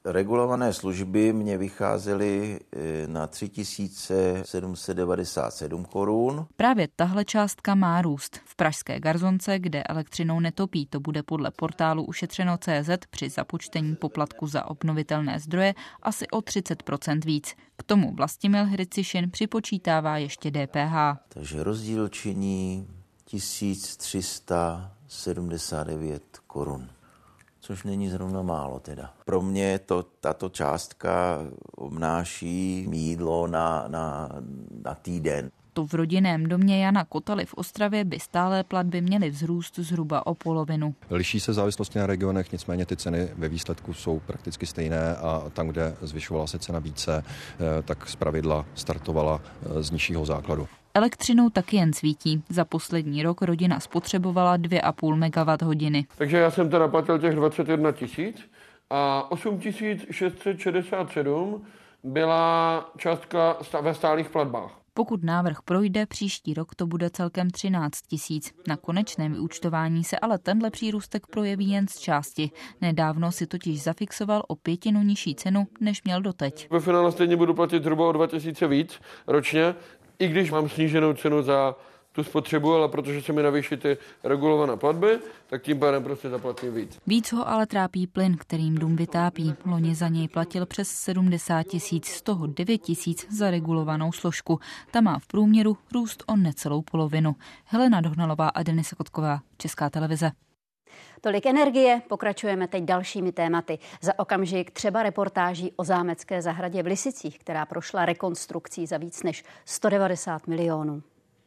Regulované služby mě vycházely na tři tisíce sedm set devadesát sedm korun. Právě tahle částka má růst. V pražské Garzonce, kde elektřinou netopí, to bude podle portálu ušetřeno tečka cé zet při započtení poplatku za obnovitelné zdroje asi o třicet procent víc. K tomu Vlastimil Hrycišin připočítává ještě dé pé há. Takže rozdíl činí tisíc tři sta sedmdesát devět korun. Což není zrovna málo teda. Pro mě to, tato částka obnáší jídlo na, na, na týden. To v rodinném domě Jana Kotaly v Ostravě by stálé platby měly vzrůst zhruba o polovinu. Liší se v závislosti na regionech, nicméně ty ceny ve výsledku jsou prakticky stejné a tam, kde zvyšovala se cena více, tak zpravidla startovala z nižšího základu. Elektřinou taky jen svítí. Za poslední rok rodina spotřebovala dvě a půl megawatthodiny. Takže já jsem teda platil těch dvacet jedna tisíc a osm tisíc šest set šedesát sedm byla částka ve stálých platbách. Pokud návrh projde, příští rok to bude celkem třináct tisíc. Na konečném vyúčtování se ale tenhle přírůstek projeví jen z části. Nedávno si totiž zafixoval o pětinu nižší cenu, než měl doteď. Ve finále stejně budu platit zhruba o dva tisíce víc ročně, i když mám sníženou cenu za tu spotřebu, ale protože se mi navýší ty regulované platby, tak tím pádem prostě zaplatím víc. Víc ho ale trápí plyn, kterým dům vytápí. Loni za něj platil přes sedmdesát tisíc, z toho devět tisíc za regulovanou složku. Ta má v průměru růst o necelou polovinu. Helena Dohnalová a Denisa Kotková, Česká televize. Tolik energie, pokračujeme teď dalšími tématy. Za okamžik třeba reportáží o zámecké zahradě v Lisicích, která prošla rekonstrukcí za víc než sto devadesát milionů.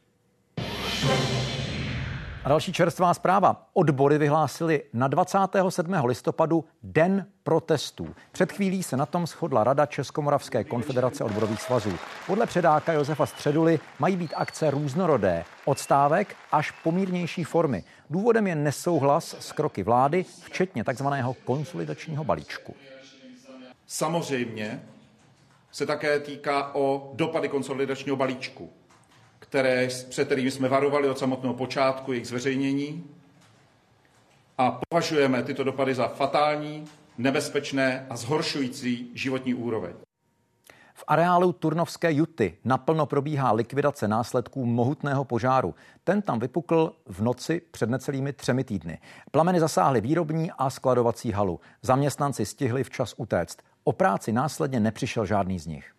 A další čerstvá zpráva. Odbory vyhlásily na dvacátého sedmého listopadu Den protestů. Před chvílí se na tom shodla Rada Českomoravské konfederace odborových svazů. Podle předáka Josefa Středuly mají být akce různorodé, od stávek až po mírnější formy. Důvodem je nesouhlas s kroky vlády, včetně takzvaného konsolidačního balíčku. Samozřejmě se také týká o dopady konsolidačního balíčku, které, před kterými jsme varovali od samotného počátku jejich zveřejnění a považujeme tyto dopady za fatální, nebezpečné a zhoršující životní úroveň. V areálu Turnovské juty naplno probíhá likvidace následků mohutného požáru. Ten tam vypukl v noci před necelými třemi týdny. Plameny zasáhly výrobní a skladovací halu. Zaměstnanci stihli včas utéct. O práci následně nepřišel žádný z nich.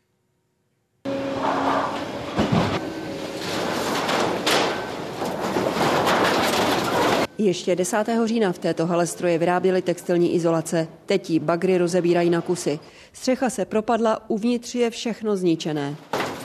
Ještě desátého října v této hale stroje vyráběly textilní izolace. Teď ji bagry rozebírají na kusy. Střecha se propadla, uvnitř je všechno zničené.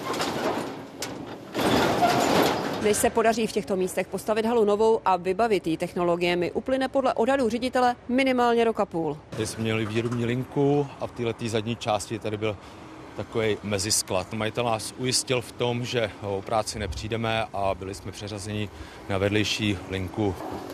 Než se podaří v těchto místech postavit halu novou a vybavit ji technologiemi, uplyne podle odhadů ředitele minimálně rok a půl. Tady jsme měli výrobní linku a v této zadní části tady byl takový mezisklad. Majitel nás ujistil v tom, že o práci nepřijdeme a byli jsme přeřazeni na vedlejší linku.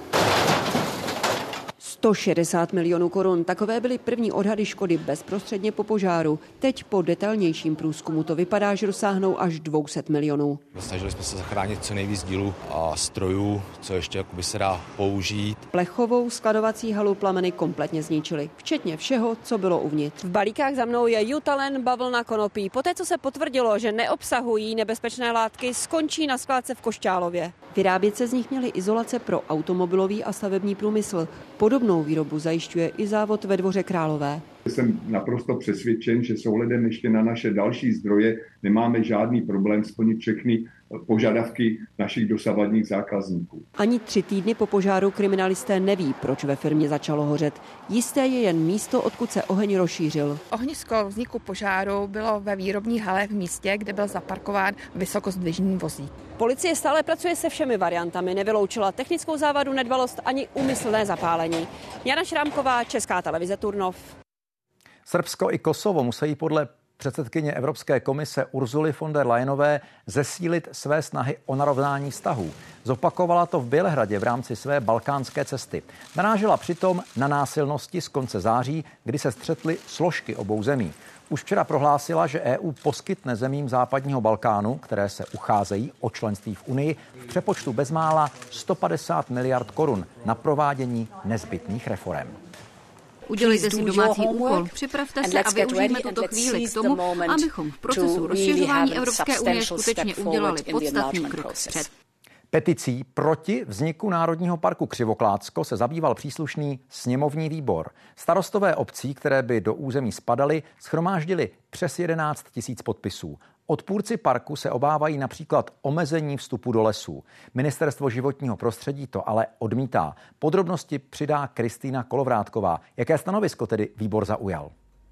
sto šedesát milionů korun. Takové byly první odhady škody bezprostředně po požáru. Teď po detailnějším průzkumu to vypadá, že dosáhnou až dvě stě milionů. Snažili jsme se zachránit co nejvíc dílů a strojů, co ještě jakoby se dá použít. Plechovou skladovací halu plameny kompletně zničily, včetně všeho, co bylo uvnitř. V balíkách za mnou je jutalen, bavlna, konopí. Poté, co se potvrdilo, že neobsahují nebezpečné látky, skončí na skládce v Košťálově. Vyrábět se z nich měly izolace pro automobilový a stavební průmysl. Podobnou výrobu zajišťuje i závod ve Dvoře Králové. Jsem naprosto přesvědčen, že s ohledem ještě na naše další zdroje nemáme žádný problém splnit všechny požadavky našich dosavadních zákazníků. Ani tři týdny po požáru kriminalisté neví, proč ve firmě začalo hořet. Jisté je jen místo, odkud se oheň rozšířil. Ohnisko vzniku požáru bylo ve výrobní hale v místě, kde byl zaparkován vysokozdvižný vozík. Policie stále pracuje se všemi variantami, nevyloučila technickou závadu, nedbalost ani úmyslné zapálení. Jana Šrámková, Česká televize Turnov. Srbsko i Kosovo musí podle předsedkyně Evropské komise Ursuly von der Leyenové zesílit své snahy o narovnání vztahů. Zopakovala to v Bělehradě v rámci své balkánské cesty. Narážela přitom na násilnosti z konce září, kdy se střetly složky obou zemí. Už včera prohlásila, že E U poskytne zemím západního Balkánu, které se ucházejí o členství v Unii, v přepočtu bezmála sto padesát miliard korun na provádění nezbytných reforem. Udělejte si domácí úkol, připravte se a využijme tuto chvíli k tomu, abychom v procesu rozšiřování Evropské unie skutečně udělali podstatný krok vpřed. Peticí proti vzniku Národního parku Křivoklátsko se zabýval příslušný sněmovní výbor. Starostové obcí, které by do území spadaly, shromáždili přes jedenáct tisíc podpisů. Odpůrci parku se obávají například omezení vstupu do lesů. Ministerstvo životního prostředí to ale odmítá. Podrobnosti přidá Kristýna Kolovrátková. Jaké stanovisko tedy výbor zaujal?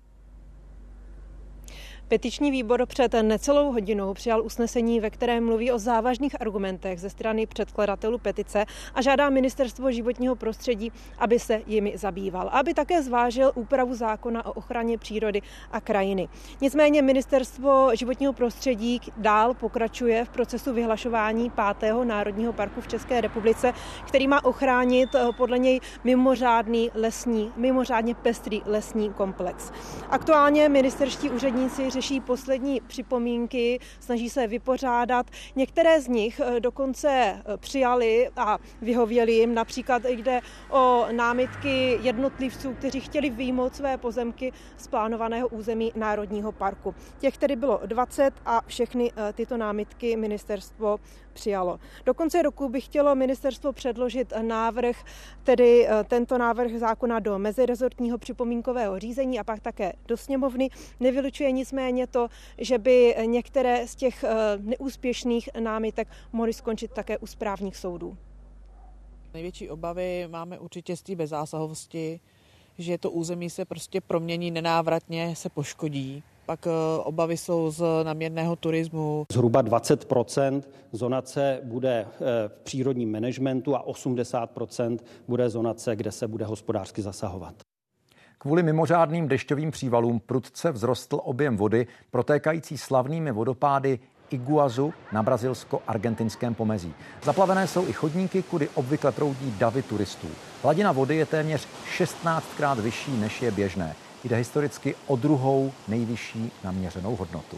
Petiční výbor před necelou hodinou přijal usnesení, ve kterém mluví o závažných argumentech ze strany předkladatelů petice a žádá Ministerstvo životního prostředí, aby se jimi zabýval, aby také zvážil úpravu zákona o ochraně přírody a krajiny. Nicméně Ministerstvo životního prostředí dál pokračuje v procesu vyhlašování pátého národního parku v České republice, který má ochránit podle něj mimořádný lesní, mimořádně pestrý lesní komplex. Aktuálně ministerští úředníci řeší poslední připomínky, snaží se vypořádat. Některé z nich dokonce přijali a vyhověli jim. Například jde o námitky jednotlivců, kteří chtěli vyjmout své pozemky z plánovaného území Národního parku. Těch tedy bylo dvacet a všechny tyto námitky ministerstvo přijalo. Do konce roku by chtělo ministerstvo předložit návrh, tedy tento návrh zákona do mezirezortního připomínkového řízení a pak také do sněmovny. Nevylučuje nicméně to, že by některé z těch neúspěšných námitek mohly skončit také u správních soudů. Největší obavy máme určitě z té bezzásahovosti, že to území se prostě promění nenávratně, se poškodí. Pak obavy jsou z nadměrného turismu. Zhruba dvacet procent zonace bude v přírodním managementu a osmdesát procent bude zonace, kde se bude hospodářsky zasahovat. Kvůli mimořádným dešťovým přívalům prudce vzrostl objem vody protékající slavnými vodopády Iguazu na brazilsko-argentinském pomezí. Zaplavené jsou i chodníky, kudy obvykle proudí davy turistů. Hladina vody je téměř šestnáctkrát vyšší, než je běžné. Jde historicky o druhou nejvyšší naměřenou hodnotu.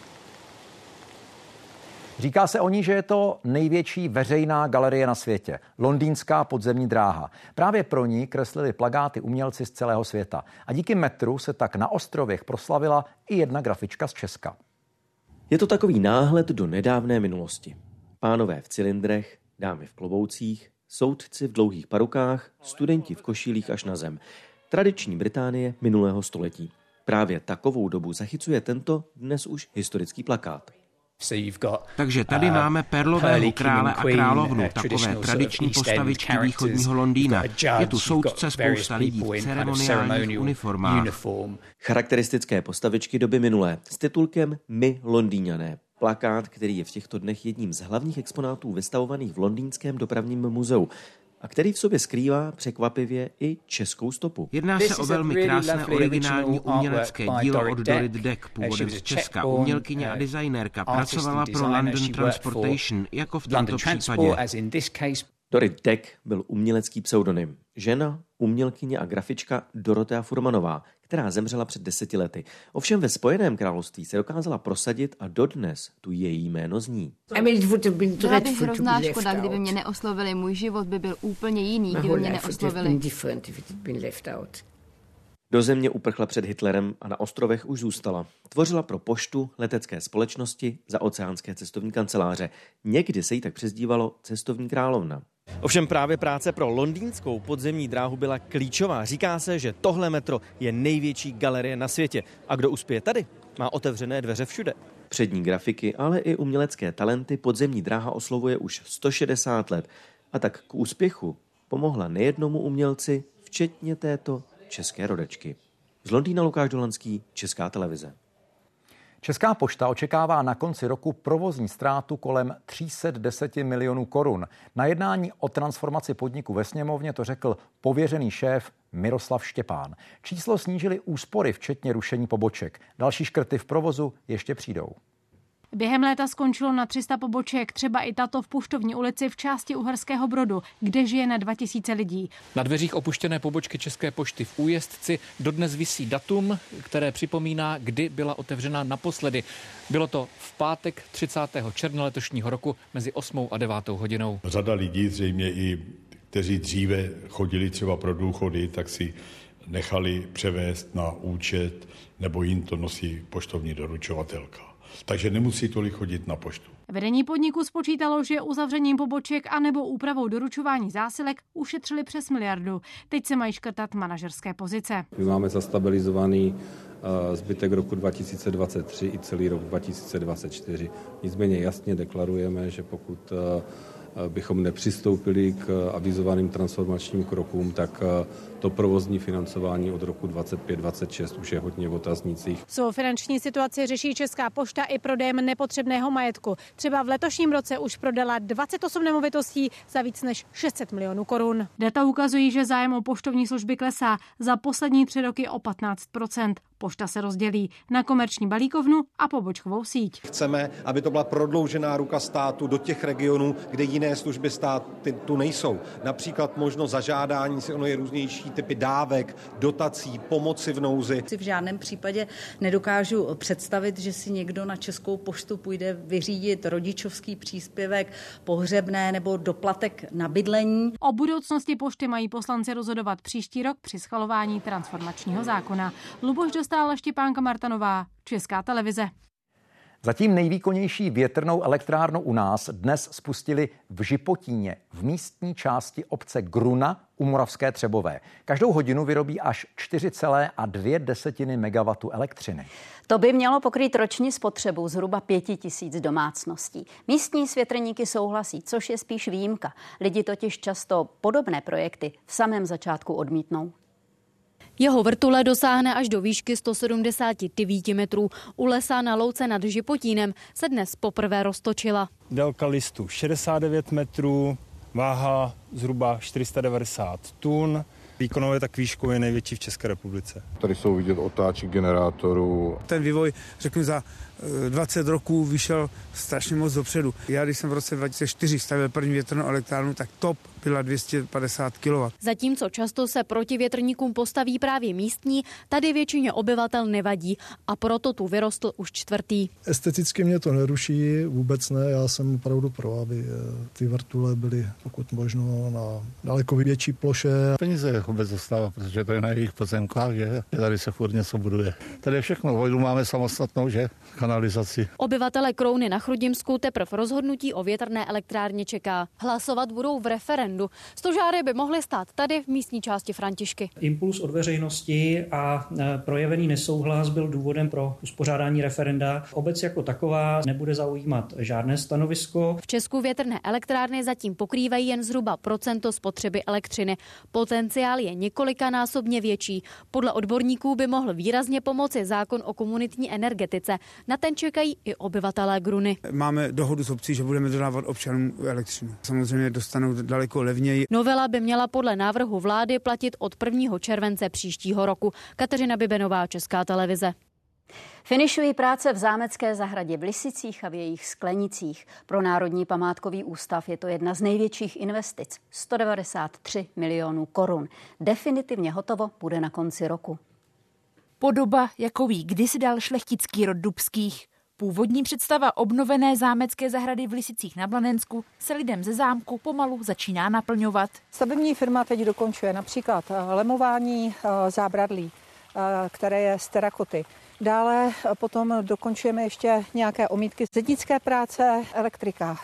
Říká se o ní, že je to největší veřejná galerie na světě. Londýnská podzemní dráha. Právě pro ní kreslili plakáty umělci z celého světa. A díky metru se tak na ostrovech proslavila i jedna grafička z Česka. Je to takový náhled do nedávné minulosti. Pánové v cylindrech, dámy v kloboucích, soudci v dlouhých parukách, studenti v košílích až na zem. Tradiční Británie minulého století. Právě takovou dobu zachycuje tento dnes už historický plakát. Takže tady máme perlového krále a královnu, takové tradiční postavičky východního Londýna. Je tu soudce, spousta lidí v ceremoniálních uniformách. Charakteristické postavičky doby minulé s titulkem My Londýňané. Plakát, který je v těchto dnech jedním z hlavních exponátů vystavovaných v Londýnském dopravním muzeu a který v sobě skrývá překvapivě i českou stopu. Jedná se o velmi krásné originální umělecké dílo od Dorit Deck, původem z Česka. Umělkyně a designérka pracovala pro London Transportation, jako v tomto případě. Dorit Deck byl umělecký pseudonym. Žena, umělkyně a grafička Dorotea Furmanová, která zemřela před deseti lety. Ovšem ve Spojeném království se dokázala prosadit a dodnes tu její jméno zní. Byla by hrozná škoda, kdyby mě neoslovili. Můj život by byl úplně jiný, kdyby mě neoslovili. Do země uprchla před Hitlerem a na ostrovech už zůstala. Tvořila pro poštu, letecké společnosti, zaoceánské cestovní kanceláře. Někdy se jí tak přezdívalo cestovní královna. Ovšem právě práce pro londýnskou podzemní dráhu byla klíčová. Říká se, že tohle metro je největší galerie na světě. A kdo uspěje tady, má otevřené dveře všude. Přední grafiky, ale i umělecké talenty podzemní dráha oslovuje už sto šedesát let. A tak k úspěchu pomohla nejednomu umělci, včetně této české rodečky. Z Londýna Lukáš Dolanský, Česká televize. Česká pošta očekává na konci roku provozní ztrátu kolem tři sta deset milionů korun. Na jednání o transformaci podniku ve sněmovně to řekl pověřený šéf Miroslav Štěpán. Číslo snížily úspory, včetně rušení poboček. Další škrty v provozu ještě přijdou. Během léta skončilo na tři sta poboček, třeba i tato v Poštovní ulici v části Uherského Brodu, kde žije na dva tisíce lidí. Na dveřích opuštěné pobočky České pošty v Újezdci dodnes visí datum, které připomíná, kdy byla otevřena naposledy. Bylo to v pátek třicátého června letošního roku mezi osmou a devátou hodinou. Řada lidí, zřejmě i kteří dříve chodili třeba pro důchody, tak si nechali převést na účet nebo jim to nosí poštovní doručovatelka. Takže nemusí tolik chodit na poštu. Vedení podniku spočítalo, že uzavřením poboček anebo úpravou doručování zásilek ušetřili přes miliardu. Teď se mají škrtat manažerské pozice. My máme zastabilizovaný zbytek roku dva tisíce dvacet tři i celý rok dva tisíce dvacet čtyři. Nicméně jasně deklarujeme, že pokud bychom nepřistoupili k avizovaným transformačním krokům, tak to provozní financování od roku dvacet pět dvacet šest už je hodně v otaznících. Svou finanční situaci řeší Česká pošta i prodejem nepotřebného majetku. Třeba v letošním roce už prodala dvacet osm nemovitostí za víc než šest set milionů korun. Data ukazují, že zájem o poštovní služby klesá za poslední tři roky o patnáct procent. Pošta se rozdělí na komerční balíkovnu a pobočkovou síť. Chceme, aby to byla prodloužená ruka státu do těch regionů, kde jiné služby státy tu nejsou. Například možnost zažádání si ono je různější typy dávek, dotací, pomoci v nouzi. V žádném případě nedokážu představit, že si někdo na Českou poštu půjde vyřídit rodičovský příspěvek, pohřebné nebo doplatek na bydlení. O budoucnosti pošty mají poslanci rozhodovat příští rok při schvalování transformačního zákona. Luboš Dostál, Štěpánka Martanová, Česká televize. Zatím nejvýkonnější větrnou elektrárnu u nás dnes spustili v Žipotíně, v místní části obce Gruna u Moravské Třebové. Každou hodinu vyrobí až čtyři celé dvě desetiny megawattu elektřiny. To by mělo pokrýt roční spotřebu zhruba pěti tisíc domácností. Místní světrníky souhlasí, což je spíš výjimka. Lidi totiž často podobné projekty v samém začátku odmítnou. Jeho vrtule dosáhne až do výšky sto sedmdesát devět metrů. U lesa na louce nad Žipotínem se dnes poprvé roztočila. Délka listu šedesát devět metrů, váha zhruba čtyři sta devadesát tun. Výkonově tak výškou je největší v České republice. Tady jsou vidět otáčky generátorů. Ten vývoj, řeknu, za dvacet roků vyšel strašně moc dopředu. Já, když jsem v roce dva tisíce čtyři stavil první větrnou elektrárnu, tak top byla dvě stě padesát kilowattů. Zatímco často se proti větrníkům postaví právě místní, tady většině obyvatel nevadí a proto tu vyrostl už čtvrtý. Esteticky mě to neruší, vůbec ne, já jsem opravdu pro, aby ty vrtule byly pokud možno na daleko větší ploše. Peníze vůbec dostává, protože to je na jejich pozemkách, že tady se furt něco buduje. Tady je všechno, vojdu máme samostatnou, že kanalizaci. Obyvatele Krouny na Chrudimsku teprve rozhodnutí o větrné elektrárně čeká. Hlasovat budou v referendu. Stožáry by mohly stát tady v místní části Františky. Impuls od veřejnosti a projevený nesouhlas byl důvodem pro uspořádání referenda. Obec jako taková nebude zaujímat žádné stanovisko. V Česku větrné elektrárny zatím pokrývají jen zhruba procento spotřeby elektřiny. Potenciál je několikanásobně větší. Podle odborníků by mohl výrazně pomoci zákon o komunitní energetice. Na ten čekají i obyvatelé Gruny. Máme dohodu s obcí, že budeme dodávat občanům elektřinu. Samozřejmě dostanou daleko levněji. Novela by měla podle návrhu vlády platit od prvního července příštího roku. Kateřina Bibenová, Česká televize. Finišují práce v Zámecké zahradě v Lisicích a v jejich Sklenicích. Pro Národní památkový ústav je to jedna z největších investic. sto devadesát tři milionů korun. Definitivně hotovo bude na konci roku. Podoba, jakou jí kdysi dal šlechtický rod Dubských. Původní představa obnovené zámecké zahrady v Lisicích na Blanensku se lidem ze zámku pomalu začíná naplňovat. Stavební firma teď dokončuje například lemování zábradlí, které je z terakoty. Dále potom dokončujeme ještě nějaké omítky zednické práce, elektrika.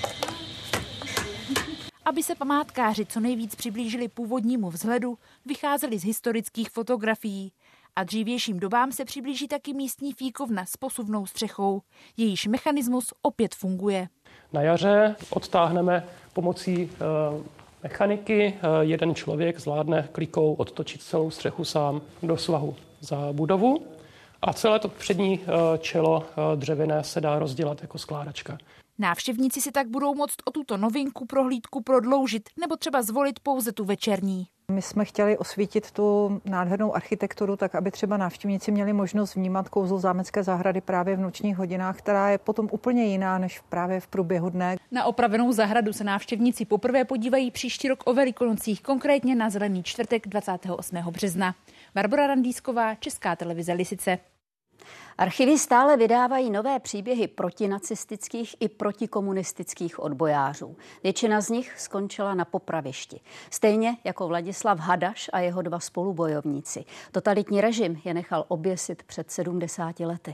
Aby se památkáři co nejvíc přiblížili původnímu vzhledu, vycházeli z historických fotografií. A dřívějším dobám se přiblíží taky místní fíkovna s posuvnou střechou. Jejíž mechanismus opět funguje. Na jaře odtáhneme pomocí e, mechaniky. E, jeden člověk zvládne klikou odtočit celou střechu sám do svahu za budovu. A celé to přední e, čelo e, dřevěné se dá rozdělat jako skládačka. Návštěvníci si tak budou moct o tuto novinku prohlídku prodloužit nebo třeba zvolit pouze tu večerní. My jsme chtěli osvítit tu nádhernou architekturu, tak aby třeba návštěvníci měli možnost vnímat kouzlo zámecké zahrady právě v nočních hodinách, která je potom úplně jiná než právě v průběhu dne. Na opravenou zahradu se návštěvníci poprvé podívají příští rok o Velikonocích, konkrétně na Zelený čtvrtek dvacátého osmého března. Barbora Randýsková, Česká televize Lisice. Archivy stále vydávají nové příběhy protinacistických i protikomunistických odbojářů. Většina z nich skončila na popravišti. Stejně jako Vladislav Hadaš a jeho dva spolubojovníci. Totalitní režim je nechal oběsit před sedmdesáti lety.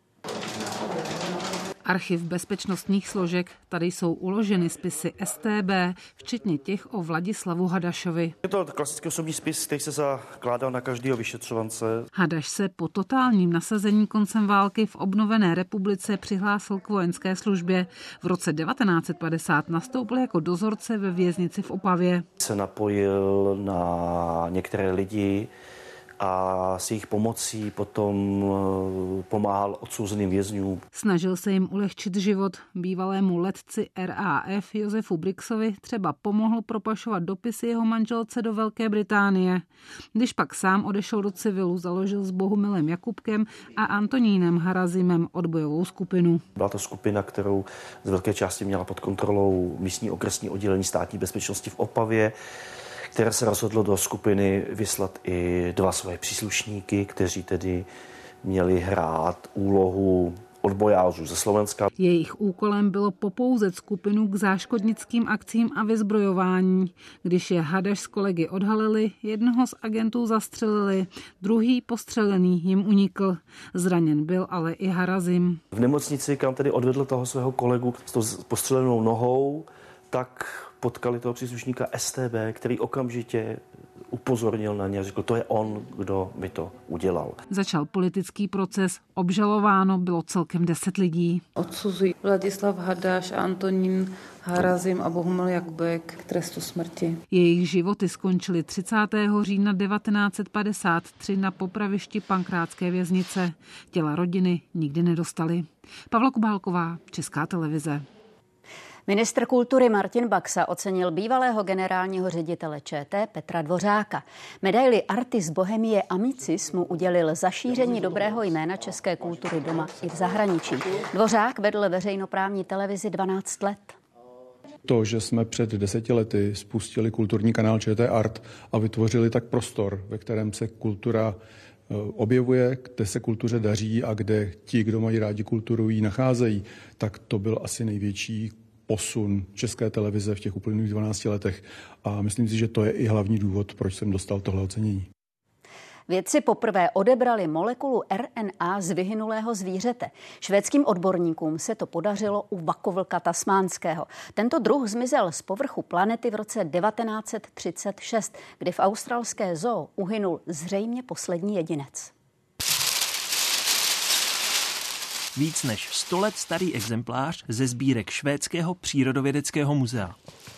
Archiv bezpečnostních složek, tady jsou uloženy spisy S T B, včetně těch o Vladislavu Hadašovi. Je to klasický osobní spis, který se zakládal na každého vyšetřovance. Hadaš se po totálním nasazení koncem války v obnovené republice přihlásil k vojenské službě. V roce devatenáct set padesát nastoupil jako dozorce ve věznici v Opavě. Se napojil na některé lidi a s jejich pomocí potom pomáhal odsouzeným vězňům. Snažil se jim ulehčit život. Bývalému letci R A F Josefu Brixovi třeba pomohl propašovat dopisy jeho manželce do Velké Británie. Když pak sám odešel do civilu, založil s Bohumilem Jakubkem a Antonínem Harazimem odbojovou skupinu. Byla to skupina, kterou z velké části měla pod kontrolou místní okresní oddělení státní bezpečnosti v Opavě, které se rozhodlo do skupiny vyslat i dva své příslušníky, kteří tedy měli hrát úlohu odbojářů ze Slovenska. Jejich úkolem bylo popouzet skupinu k záškodnickým akcím a vyzbrojování. Když je Hadaš s kolegy odhalili, jednoho z agentů zastřelili, druhý postřelený jim unikl. Zraněn byl ale i Harazim. V nemocnici, kam tedy odvedl toho svého kolegu s tou postřelenou nohou, tak potkali toho příslušníka S T B, který okamžitě upozornil na ně a řekl, to je on, kdo mi to udělal. Začal politický proces, obžalováno bylo celkem deset lidí. Odsuzují Vladislav Hadaš, Antonín Harazim a Bohumil Jakubek k trestu smrti. Jejich životy skončily třicátého října devatenáct set padesát tři na popravišti Pankrátské věznice. Těla rodiny nikdy nedostali. Pavla Kubálková, Česká televize. Ministr kultury Martin Baxa ocenil bývalého generálního ředitele ČT Petra Dvořáka. Medaili Artis Bohemie Amicis mu udělil za šíření dobrého jména české kultury doma i v zahraničí. Dvořák vedl veřejnoprávní televizi dvanáct let. To, že jsme před deseti lety spustili kulturní kanál ČT Art a vytvořili tak prostor, ve kterém se kultura objevuje, kde se kultuře daří a kde ti, kdo mají rádi kulturu, ji nacházejí, tak to byl asi největší posun České televize v těch uplynulých dvanácti letech a myslím si, že to je i hlavní důvod, proč jsem dostal tohle ocenění. Vědci poprvé odebrali molekulu R N A z vyhynulého zvířete. Švédským odborníkům se to podařilo u vakovlka tasmánského. Tento druh zmizel z povrchu planety v roce devatenáct set třicet šest, kdy v australské zoo uhynul zřejmě poslední jedinec. Víc než sto let starý exemplář ze sbírek Švédského přírodovědeckého muzea.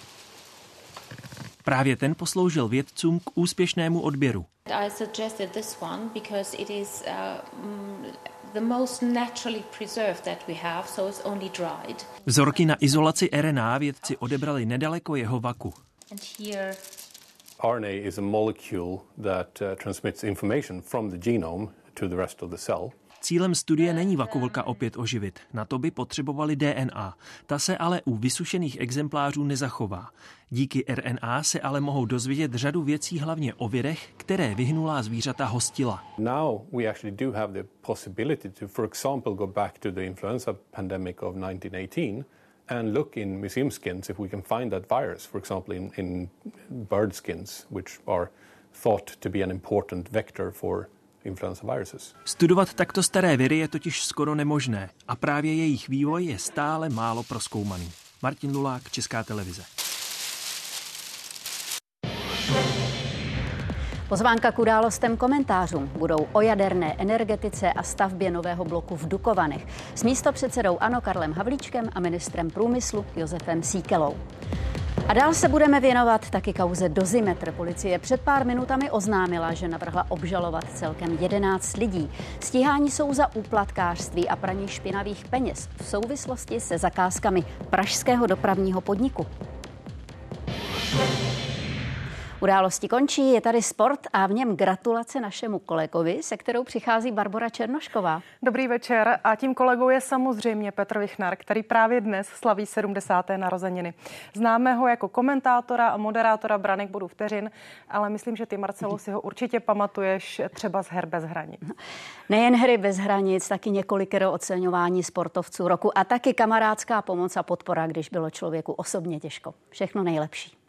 Právě ten posloužil vědcům k úspěšnému odběru. I suggested this one because it is uh, the most naturally preserved that we have, so it's only dried. Vzorky na izolaci R N A vědci odebrali nedaleko jeho vaku. And here R N A is a molecule that uh, transmits information from the genome to the rest of the cell. Cílem studie není vakovlka opět oživit. Na to by potřebovali D N A. Ta se ale u vysušených exemplářů nezachová. Díky R N A se ale mohou dozvědět řadu věcí, hlavně o virech, které vyhnulá zvířata hostila. Now we actually do have the possibility to, for example, go back to the influenza pandemic of nineteen eighteen and look in museum skins if we can find that virus, for example in, in bird skins, which are thought to be an important vector for Studovat takto staré viry je totiž skoro nemožné a právě jejich vývoj je stále málo prozkoumaný. Martin Lulák, Česká televize. Pozvánka k událostem komentářům budou o jaderné energetice a stavbě nového bloku v Dukovanech s místopředsedou ANO Karlem Havlíčkem a ministrem průmyslu Josefem Síkelou. A dál se budeme věnovat taky kauze Dozimetr. Policie před pár minutami oznámila, že navrhla obžalovat celkem jedenáct lidí. Stíhání jsou za úplatkářství a praní špinavých peněz v souvislosti se zakázkami pražského dopravního podniku. Události končí, je tady sport a v něm gratulace našemu kolegovi, se kterou přichází Barbora Černošková. Dobrý večer a tím kolegou je samozřejmě Petr Vichnar, který právě dnes slaví sedmdesáté narozeniny. Známe ho jako komentátora a moderátora Branek bodu vteřin, ale myslím, že ty, Marcelo, si ho určitě pamatuješ třeba z Her bez hranic. Nejen Hry bez hranic, taky několikero oceňování sportovců roku a taky kamarádská pomoc a podpora, když bylo člověku osobně těžko. Všechno nejlepší.